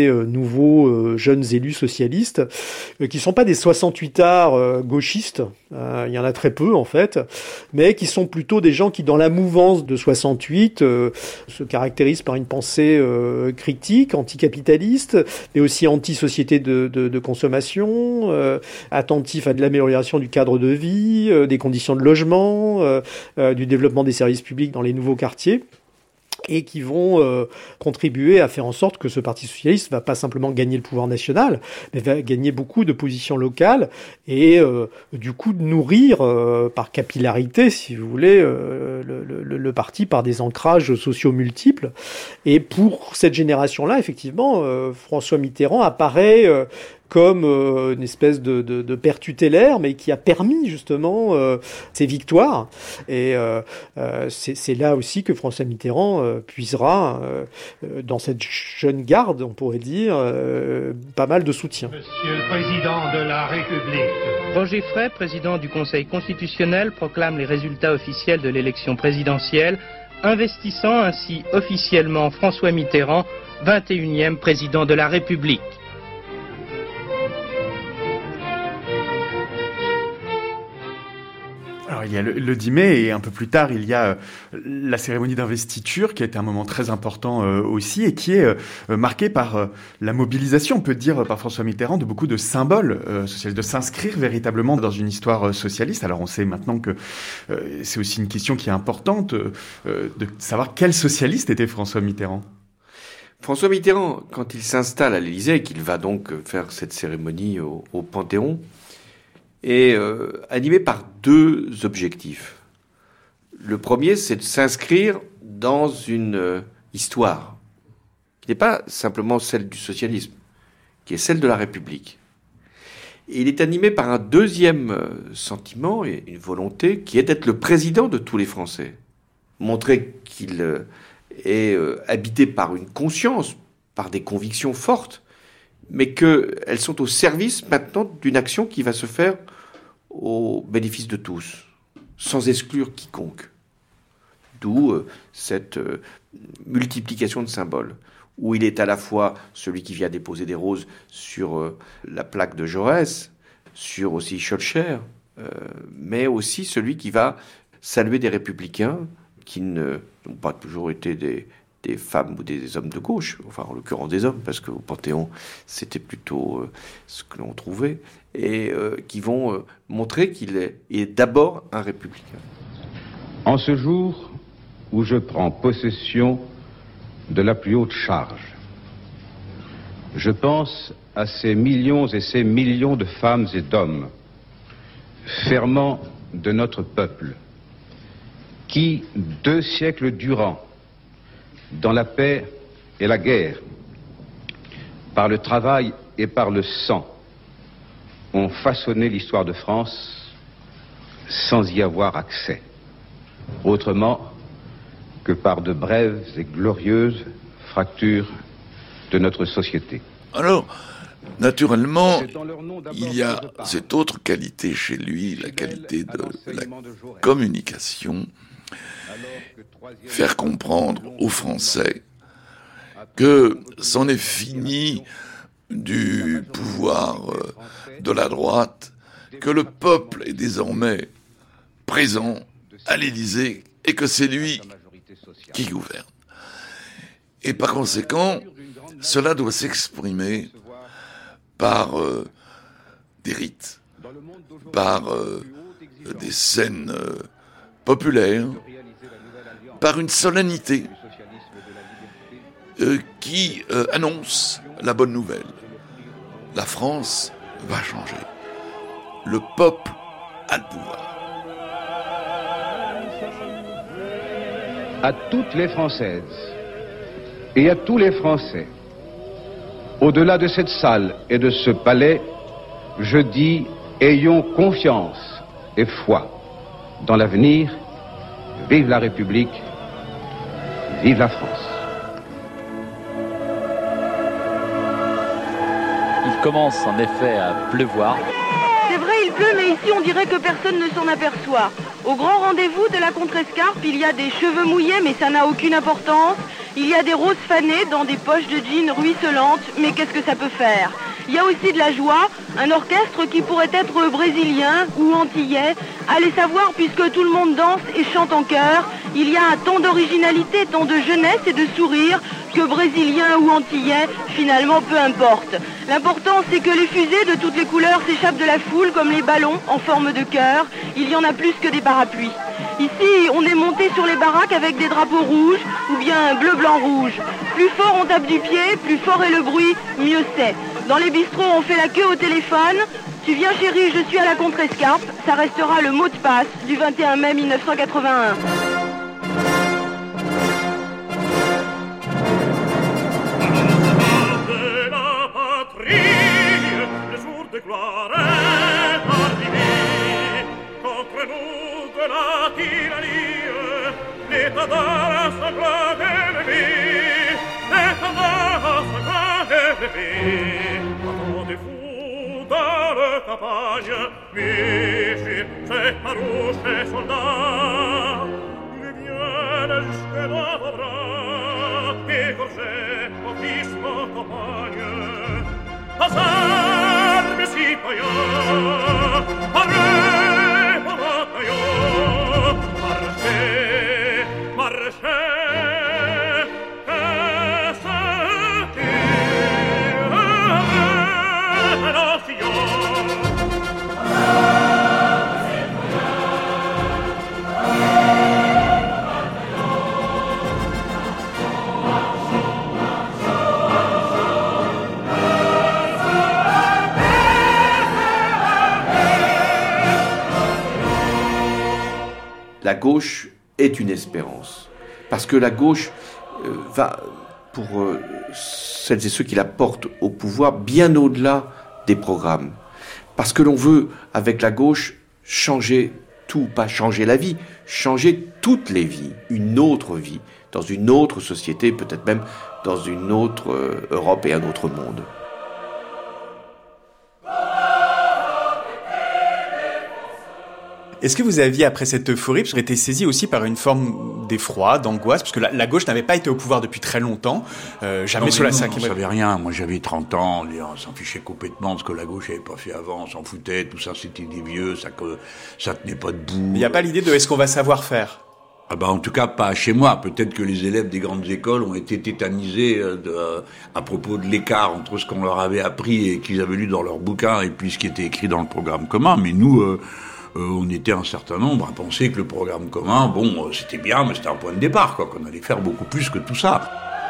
nouveaux euh, jeunes élus socialistes, euh, qui sont pas des soixante-huitards euh, gauchistes, euh, il y en a très peu en fait, mais qui sont plutôt des gens qui, dans la mouvance de soixante-huit, euh, se caractérisent par une pensée euh, critique, anticapitaliste, mais aussi anti-société de, de, de consommation, euh, attentif à de l'amélioration du cadre de vie, euh, des conditions de logement, euh, euh, du développement des services publics dans les nouveaux quartiers, et qui vont euh, contribuer à faire en sorte que ce Parti socialiste va pas simplement gagner le pouvoir national, mais va gagner beaucoup de positions locales et euh, du coup nourrir euh, par capillarité, si vous voulez, euh, le, le, le parti par des ancrages sociaux multiples. Et pour cette génération-là, effectivement, euh, François Mitterrand apparaît euh, comme euh, une espèce de, de, de père tutélaire, mais qui a permis justement euh, ces victoires. Et euh, euh, c'est, c'est là aussi que François Mitterrand euh, puisera, euh, dans cette jeune garde, on pourrait dire, euh, pas mal de soutien. Monsieur le Président de la République. Roger Frey, président du Conseil constitutionnel, proclame les résultats officiels de l'élection présidentielle, investissant ainsi officiellement François Mitterrand, vingt et unième président de la République. Alors il y a le, le dix mai et un peu plus tard il y a euh, la cérémonie d'investiture qui a été un moment très important euh, aussi et qui est euh, marquée par euh, la mobilisation, on peut dire, par François Mitterrand de beaucoup de symboles euh, socialistes, de s'inscrire véritablement dans une histoire euh, socialiste. Alors on sait maintenant que euh, c'est aussi une question qui est importante euh, de savoir quel socialiste était François Mitterrand. François Mitterrand, quand il s'installe à l'Élysée et qu'il va donc faire cette cérémonie au, au Panthéon, est euh, animé par deux objectifs. Le premier, c'est de s'inscrire dans une euh, histoire qui n'est pas simplement celle du socialisme, qui est celle de la République. Et il est animé par un deuxième euh, sentiment et une volonté qui est d'être le président de tous les Français. Montrer qu'il euh, est euh, habité par une conscience, par des convictions fortes, mais qu'elles sont au service maintenant d'une action qui va se faire au bénéfice de tous, sans exclure quiconque. D'où euh, cette euh, multiplication de symboles, où il est à la fois celui qui vient déposer des roses sur euh, la plaque de Jaurès, sur aussi Schœlcher, euh, mais aussi celui qui va saluer des républicains qui ne, n'ont pas toujours été des, des femmes ou des hommes de gauche, enfin en l'occurrence des hommes, parce qu'au Panthéon, c'était plutôt euh, ce que l'on trouvait, et euh, qui vont euh, montrer qu'il est, il est d'abord un républicain. En ce jour où je prends possession de la plus haute charge, je pense à ces millions et ces millions de femmes et d'hommes, ferments de notre peuple, qui, deux siècles durant, dans la paix et la guerre, par le travail et par le sang, ont façonné l'histoire de France sans y avoir accès, autrement que par de brèves et glorieuses fractures de notre société. Alors, naturellement, il y a cette autre qualité chez lui, la qualité de la communication, faire comprendre aux Français que c'en est fini du pouvoir de la droite, que le peuple est désormais présent à l'Élysée et que c'est lui qui gouverne. Et par conséquent, cela doit s'exprimer par euh, des rites, par euh, des scènes euh, populaires, par une solennité euh, qui euh, annonce la bonne nouvelle. La France va changer. Le peuple a le pouvoir. À toutes les Françaises et à tous les Français, au-delà de cette salle et de ce palais, je dis, ayons confiance et foi dans l'avenir. Vive la République, vive la France. Il commence en effet à pleuvoir. C'est vrai, il pleut, mais ici on dirait que personne ne s'en aperçoit. Au grand rendez-vous de la Contrescarpe, il y a des cheveux mouillés, mais ça n'a aucune importance. Il y a des roses fanées dans des poches de jeans ruisselantes, mais qu'est-ce que ça peut faire? Il y a aussi de la joie, un orchestre qui pourrait être brésilien ou antillais. Allez savoir, puisque tout le monde danse et chante en chœur, il y a un tant d'originalité, tant de jeunesse et de sourire, que brésilien ou antillais, finalement peu importe. L'important c'est que les fusées de toutes les couleurs s'échappent de la foule comme les ballons en forme de cœur. Il y en a plus que des parapluies. Ici, on est monté sur les baraques avec des drapeaux rouges ou bien bleu, blanc, rouge. Plus fort on tape du pied, plus fort est le bruit, mieux c'est. Dans les bistrots, on fait la queue au téléphone. Tu viens chérie, je suis à la Contrescarpe. Ça restera le mot de passe du vingt et un mai mille neuf cent quatre-vingt-un. Le jour de gloire est arrivé. Contre nous de la tyrannie, l'étendard sanglant est levé. L'étendard sanglant est levé. Attendez-vous dans la campagne, Michel, c'est farouche et soldat. Ils viennent jusque dans vos bras, égorgés, vos fils, vos compagnes. Aux armes, citoyens, parlez, vos bataillons, marchez, marchez, et se tire nos sillons. La gauche est une espérance. Parce que la gauche euh, va, pour euh, celles et ceux qui la portent au pouvoir, bien au-delà des programmes. Parce que l'on veut, avec la gauche, changer tout, pas changer la vie, changer toutes les vies, une autre vie, dans une autre société, peut-être même dans une autre euh, Europe et un autre monde. Est-ce que vous aviez, après cette euphorie, parce que vous avez été saisi aussi par une forme d'effroi, d'angoisse, parce que la, la gauche n'avait pas été au pouvoir depuis très longtemps, euh, jamais non, sur la non, cinquième. On savait rien. Moi, j'avais trente ans, on s'en fichait complètement de ce que la gauche avait pas fait avant, on s'en foutait, tout ça, c'était des vieux, ça, ça tenait pas debout. Il n'y a pas l'idée de est-ce qu'on va savoir faire? Ah bah en tout cas pas chez moi. Peut-être que les élèves des grandes écoles ont été tétanisés de, à propos de l'écart entre ce qu'on leur avait appris et qu'ils avaient lu dans leurs bouquins et puis ce qui était écrit dans le programme commun. Mais nous, euh, euh, on était un certain nombre à penser que le programme commun, bon, euh, c'était bien, mais c'était un point de départ, quoi, qu'on allait faire beaucoup plus que tout ça.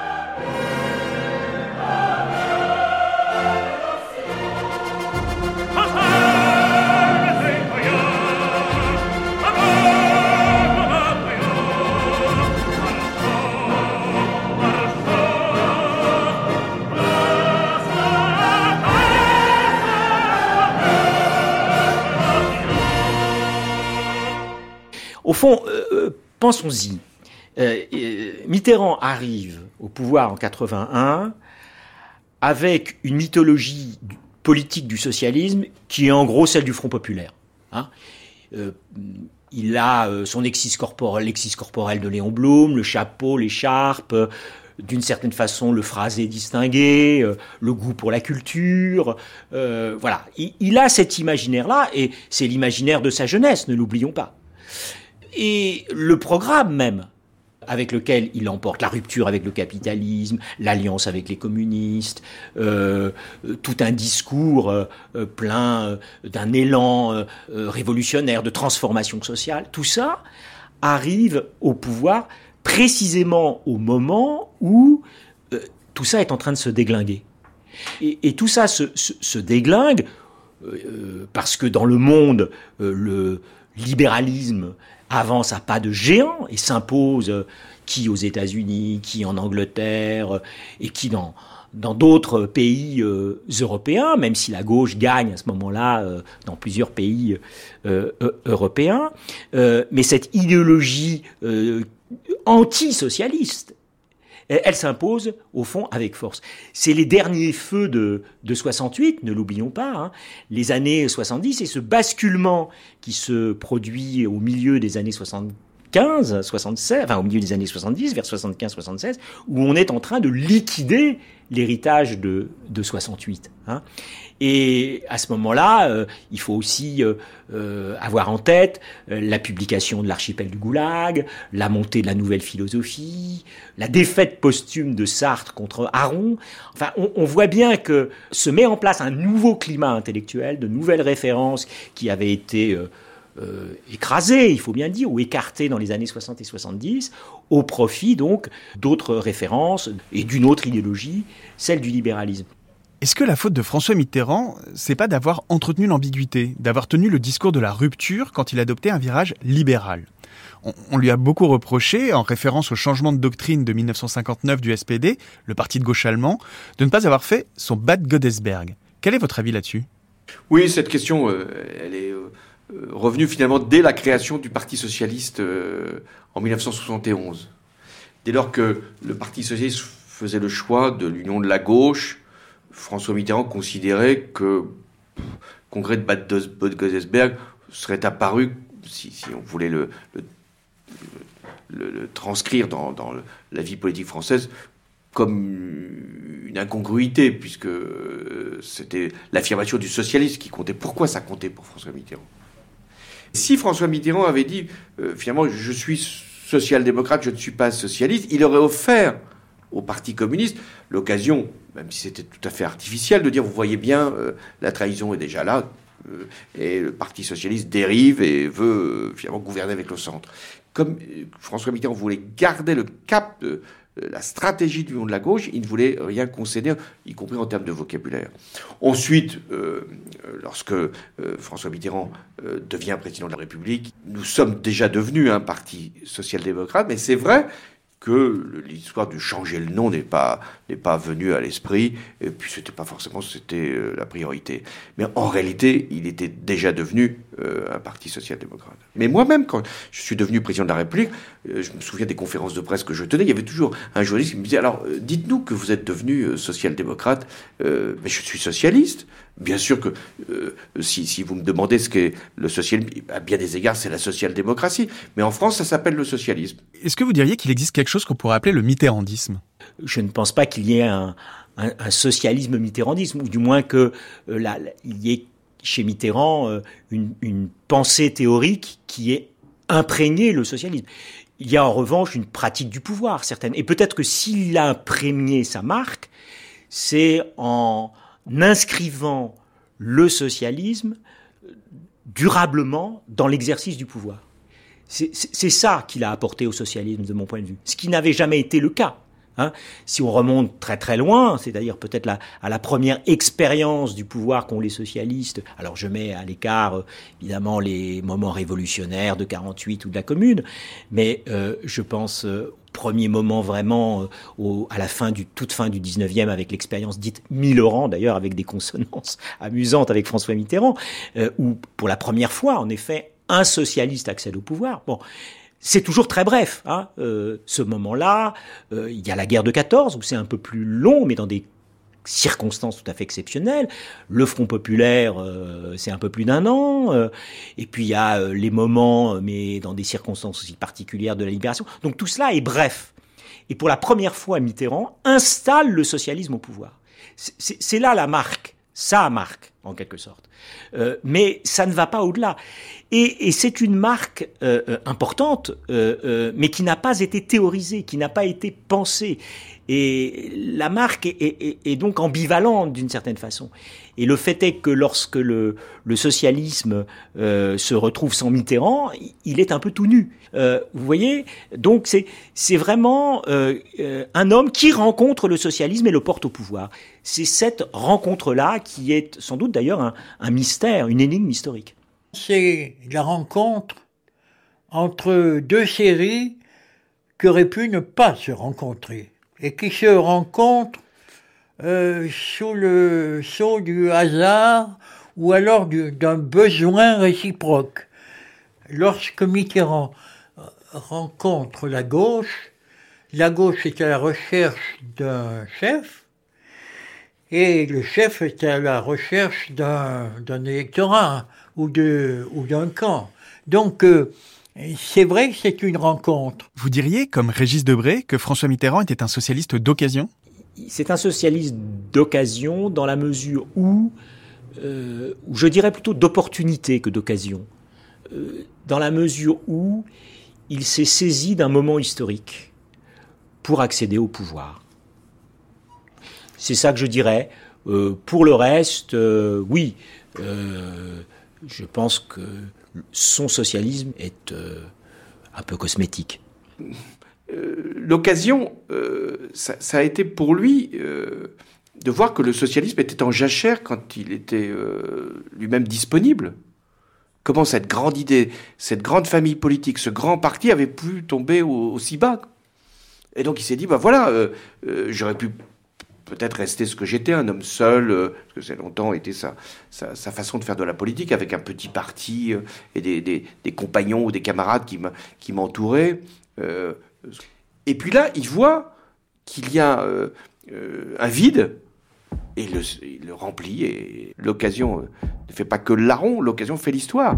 Au fond, euh, pensons-y. Euh, euh, Mitterrand arrive au pouvoir en quatre-vingt-un avec une mythologie politique du socialisme qui est en gros celle du Front populaire. Hein. Euh, il a euh, son exis corporel, l'exis corporel de Léon Blum, le chapeau, l'écharpe, euh, d'une certaine façon le phrasé distingué, euh, le goût pour la culture. Euh, voilà, il, il a cet imaginaire-là et c'est l'imaginaire de sa jeunesse, ne l'oublions pas. Et le programme même, avec lequel il emporte la rupture avec le capitalisme, l'alliance avec les communistes, euh, tout un discours euh, plein euh, d'un élan euh, révolutionnaire, de transformation sociale, tout ça arrive au pouvoir précisément au moment où euh, tout ça est en train de se déglinguer. Et, et tout ça se, se, se déglingue euh, parce que dans le monde, euh, le libéralisme avance à pas de géant et s'impose euh, qui aux États-Unis, qui en Angleterre euh, et qui dans dans d'autres pays euh, européens, même si la gauche gagne à ce moment-là euh, dans plusieurs pays euh, euh, européens. Euh, mais cette idéologie euh, anti-socialiste, elle, elle s'impose au fond avec force. C'est les derniers feux de, de soixante-huit, ne l'oublions pas, hein, les années soixante-dix, et ce basculement qui se produit au milieu des années soixante-quinze, soixante-quinze, soixante-seize, enfin au milieu des années soixante-dix, vers soixante-quinze soixante-seize, où on est en train de liquider l'héritage de, de soixante-huit. Hein. Et à ce moment-là, euh, il faut aussi euh, euh, avoir en tête euh, la publication de l'archipel du Goulag, la montée de la nouvelle philosophie, la défaite posthume de Sartre contre Aron. Enfin, on, on voit bien que se met en place un nouveau climat intellectuel, de nouvelles références qui avaient été euh, euh, écrasées, il faut bien dire, ou écartées dans les années soixante et soixante-dix, au profit donc d'autres références et d'une autre idéologie, celle du libéralisme. Est-ce que la faute de François Mitterrand, c'est pas d'avoir entretenu l'ambiguïté, d'avoir tenu le discours de la rupture quand il adoptait un virage libéral ? on, on lui a beaucoup reproché, en référence au changement de doctrine de dix-neuf cent cinquante-neuf du S P D, le parti de gauche allemand, de ne pas avoir fait son Bad Godesberg. Quel est votre avis là-dessus ? Oui, cette question, euh, elle est euh, revenue finalement dès la création du Parti socialiste euh, en dix-neuf cent soixante et onze. Dès lors que le Parti socialiste faisait le choix de l'union de la gauche, François Mitterrand considérait que le congrès de Bad Godesberg serait apparu, si, si on voulait le, le, le, le transcrire dans, dans le, la vie politique française, comme une incongruité, puisque c'était l'affirmation du socialisme qui comptait. Pourquoi ça comptait pour François Mitterrand ? Si François Mitterrand avait dit, euh, finalement, je suis social-démocrate, je ne suis pas socialiste, il aurait offert au Parti communiste l'occasion, même si c'était tout à fait artificiel, de dire, vous voyez bien, euh, la trahison est déjà là, euh, et le Parti socialiste dérive et veut euh, finalement gouverner avec le centre. Comme euh, François Mitterrand voulait garder le cap de euh, la stratégie du monde de la gauche, il ne voulait rien concéder, y compris en termes de vocabulaire. Ensuite, euh, lorsque euh, François Mitterrand euh, devient président de la République, nous sommes déjà devenus un parti social-démocrate, mais c'est vrai que l'histoire de changer le nom n'est pas, n'est pas venue à l'esprit, et puis c'était pas forcément c'était euh, la priorité. Mais en réalité, il était déjà devenu euh, un parti social-démocrate. Mais moi-même, quand je suis devenu président de la République, euh, je me souviens des conférences de presse que je tenais, il y avait toujours un journaliste qui me disait, alors euh, dites-nous que vous êtes devenu euh, social-démocrate. Euh, mais je suis socialiste. Bien sûr que euh, si, si vous me demandez ce qu'est le socialisme, à bien des égards, c'est la social-démocratie. Mais en France, ça s'appelle le socialisme. Est-ce que vous diriez qu'il existe quelque chose qu'on pourrait appeler le mitterrandisme ? Je ne pense pas qu'il y ait un, un, un socialisme mitterrandisme, ou du moins qu'il euh, y ait chez Mitterrand euh, une, une pensée théorique qui ait imprégné le socialisme. Il y a en revanche une pratique du pouvoir, certaine. Et peut-être que s'il a imprégné sa marque, c'est en inscrivant le socialisme durablement dans l'exercice du pouvoir. C'est, c'est, c'est ça qu'il a apporté au socialisme, de mon point de vue. Ce qui n'avait jamais été le cas. Hein. Si on remonte très très loin, c'est-à-dire peut-être la, à la première expérience du pouvoir qu'ont les socialistes, alors je mets à l'écart euh, évidemment les moments révolutionnaires de quarante-huit ou de la Commune, mais euh, je pense euh, au premier moment vraiment euh, au, à la fin du, toute fin du dix-neuvième avec l'expérience dite Millerand, d'ailleurs avec des consonances amusantes avec François Mitterrand, euh, où pour la première fois en effet un socialiste accède au pouvoir. Bon. C'est toujours très bref, hein, euh, ce moment-là. Euh, il y a la guerre de quatorze, où c'est un peu plus long, mais dans des circonstances tout à fait exceptionnelles. Le Front populaire, euh, c'est un peu plus d'un an. Euh, et puis il y a euh, les moments, mais dans des circonstances aussi particulières de la libération. Donc tout cela est bref. Et pour la première fois, Mitterrand installe le socialisme au pouvoir. C'est, c'est, c'est là la marque, sa marque, en quelque sorte. Euh, mais ça ne va pas au-delà. Et, et c'est une marque euh, euh, importante, euh, euh, mais qui n'a pas été théorisée, qui n'a pas été pensée. Et la marque est, est, est donc ambivalente d'une certaine façon. Et le fait est que lorsque le, le socialisme euh, se retrouve sans Mitterrand, il est un peu tout nu. Euh, vous voyez ? Donc c'est, c'est vraiment euh, euh, un homme qui rencontre le socialisme et le porte au pouvoir. C'est cette rencontre-là qui est sans doute d'ailleurs un, un mystère, une énigme historique. C'est la rencontre entre deux séries qui auraient pu ne pas se rencontrer et qui se rencontrent euh, sous le sceau du hasard ou alors du, d'un besoin réciproque. Lorsque Mitterrand rencontre la gauche, la gauche est à la recherche d'un chef et le chef est à la recherche d'un, d'un électorat ou, de, ou d'un camp. Donc, euh, Et c'est vrai que c'est une rencontre. Vous diriez, comme Régis Debray, que François Mitterrand était un socialiste d'occasion ? C'est un socialiste d'occasion dans la mesure où, euh, où je dirais plutôt d'opportunité que d'occasion, euh, dans la mesure où il s'est saisi d'un moment historique pour accéder au pouvoir. C'est ça que je dirais. Euh, pour le reste, euh, oui, euh, je pense que son socialisme est euh, un peu cosmétique. Euh, l'occasion, euh, ça, ça a été pour lui euh, de voir que le socialisme était en jachère quand il était euh, lui-même disponible. Comment cette grande idée, cette grande famille politique, ce grand parti avait pu tomber au, aussi bas. Et donc il s'est dit, bah voilà, euh, euh, j'aurais pu peut-être rester ce que j'étais, un homme seul, euh, parce que c'est longtemps été sa, sa, sa façon de faire de la politique, avec un petit parti euh, et des, des, des compagnons ou des camarades qui, qui m'entouraient. Euh, et puis là, il voit qu'il y a euh, euh, un vide, et il le, il le remplit, et l'occasion euh, ne fait pas que le larron, l'occasion fait l'histoire.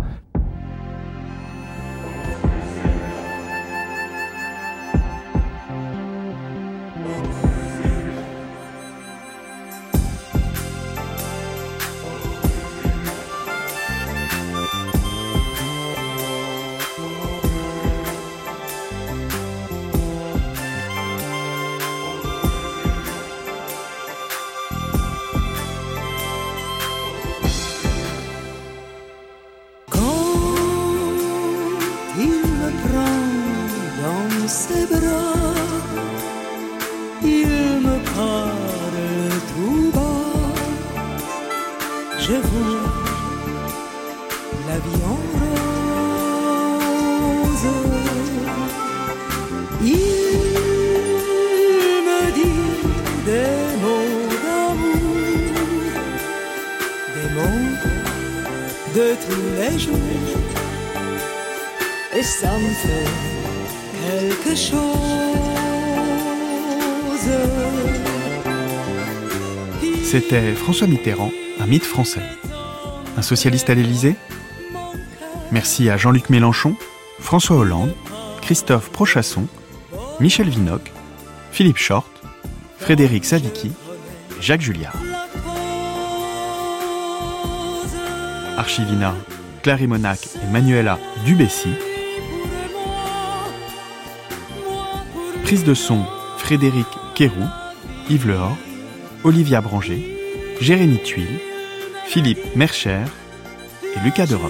De tous les jours, et ça me fait quelque chose. C'était François Mitterrand, un mythe français. Un socialiste à l'Élysée ? Merci à Jean-Luc Mélenchon, François Hollande, Christophe Prochasson, Michel Vinocq, Philippe Short, Frédéric Savicki et Jacques Julliard. Archivina, Clary Monac et Manuela Dubessy. Prise de son, Frédéric Quéroux, Yves Lehor, Olivia Branger, Jérémy Tuile, Philippe Mercher et Lucas Derode.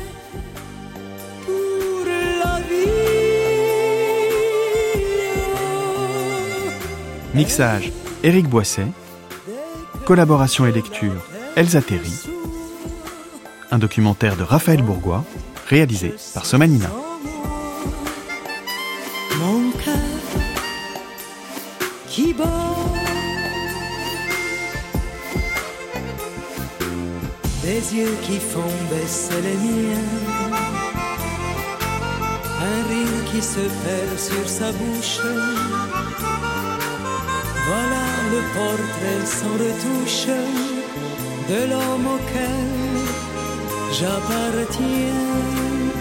Mixage, Éric Boisset. Collaboration et lecture, Elsa Terry. Un documentaire de Raphaël Bourgois, réalisé par Somanina. Mon cœur qui bat, des yeux qui font baisser les miens, un rire qui se perd sur sa bouche. Voilà le portrait sans retouche de l'homme auquel j'appartiens.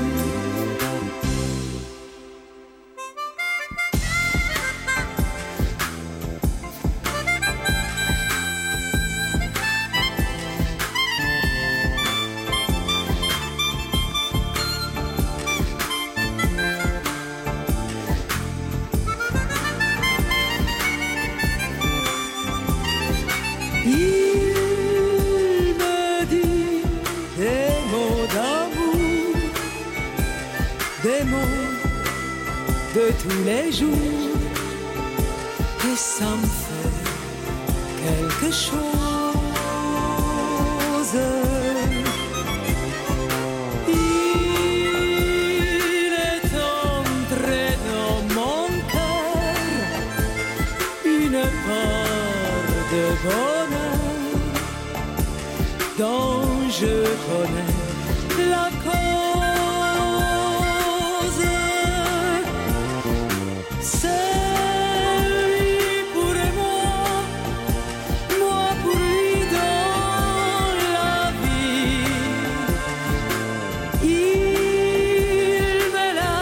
De tous les jours, et ça me fait quelque chose. Il est entré dans mon cœur une part de bonheur dont je connais la cause. Il me l'a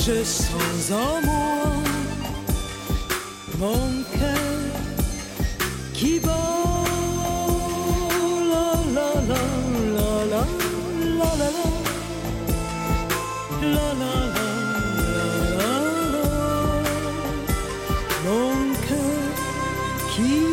je sens en moi mon cœur qui bat. La la la la la la la la la la la la la. Mon cœur qui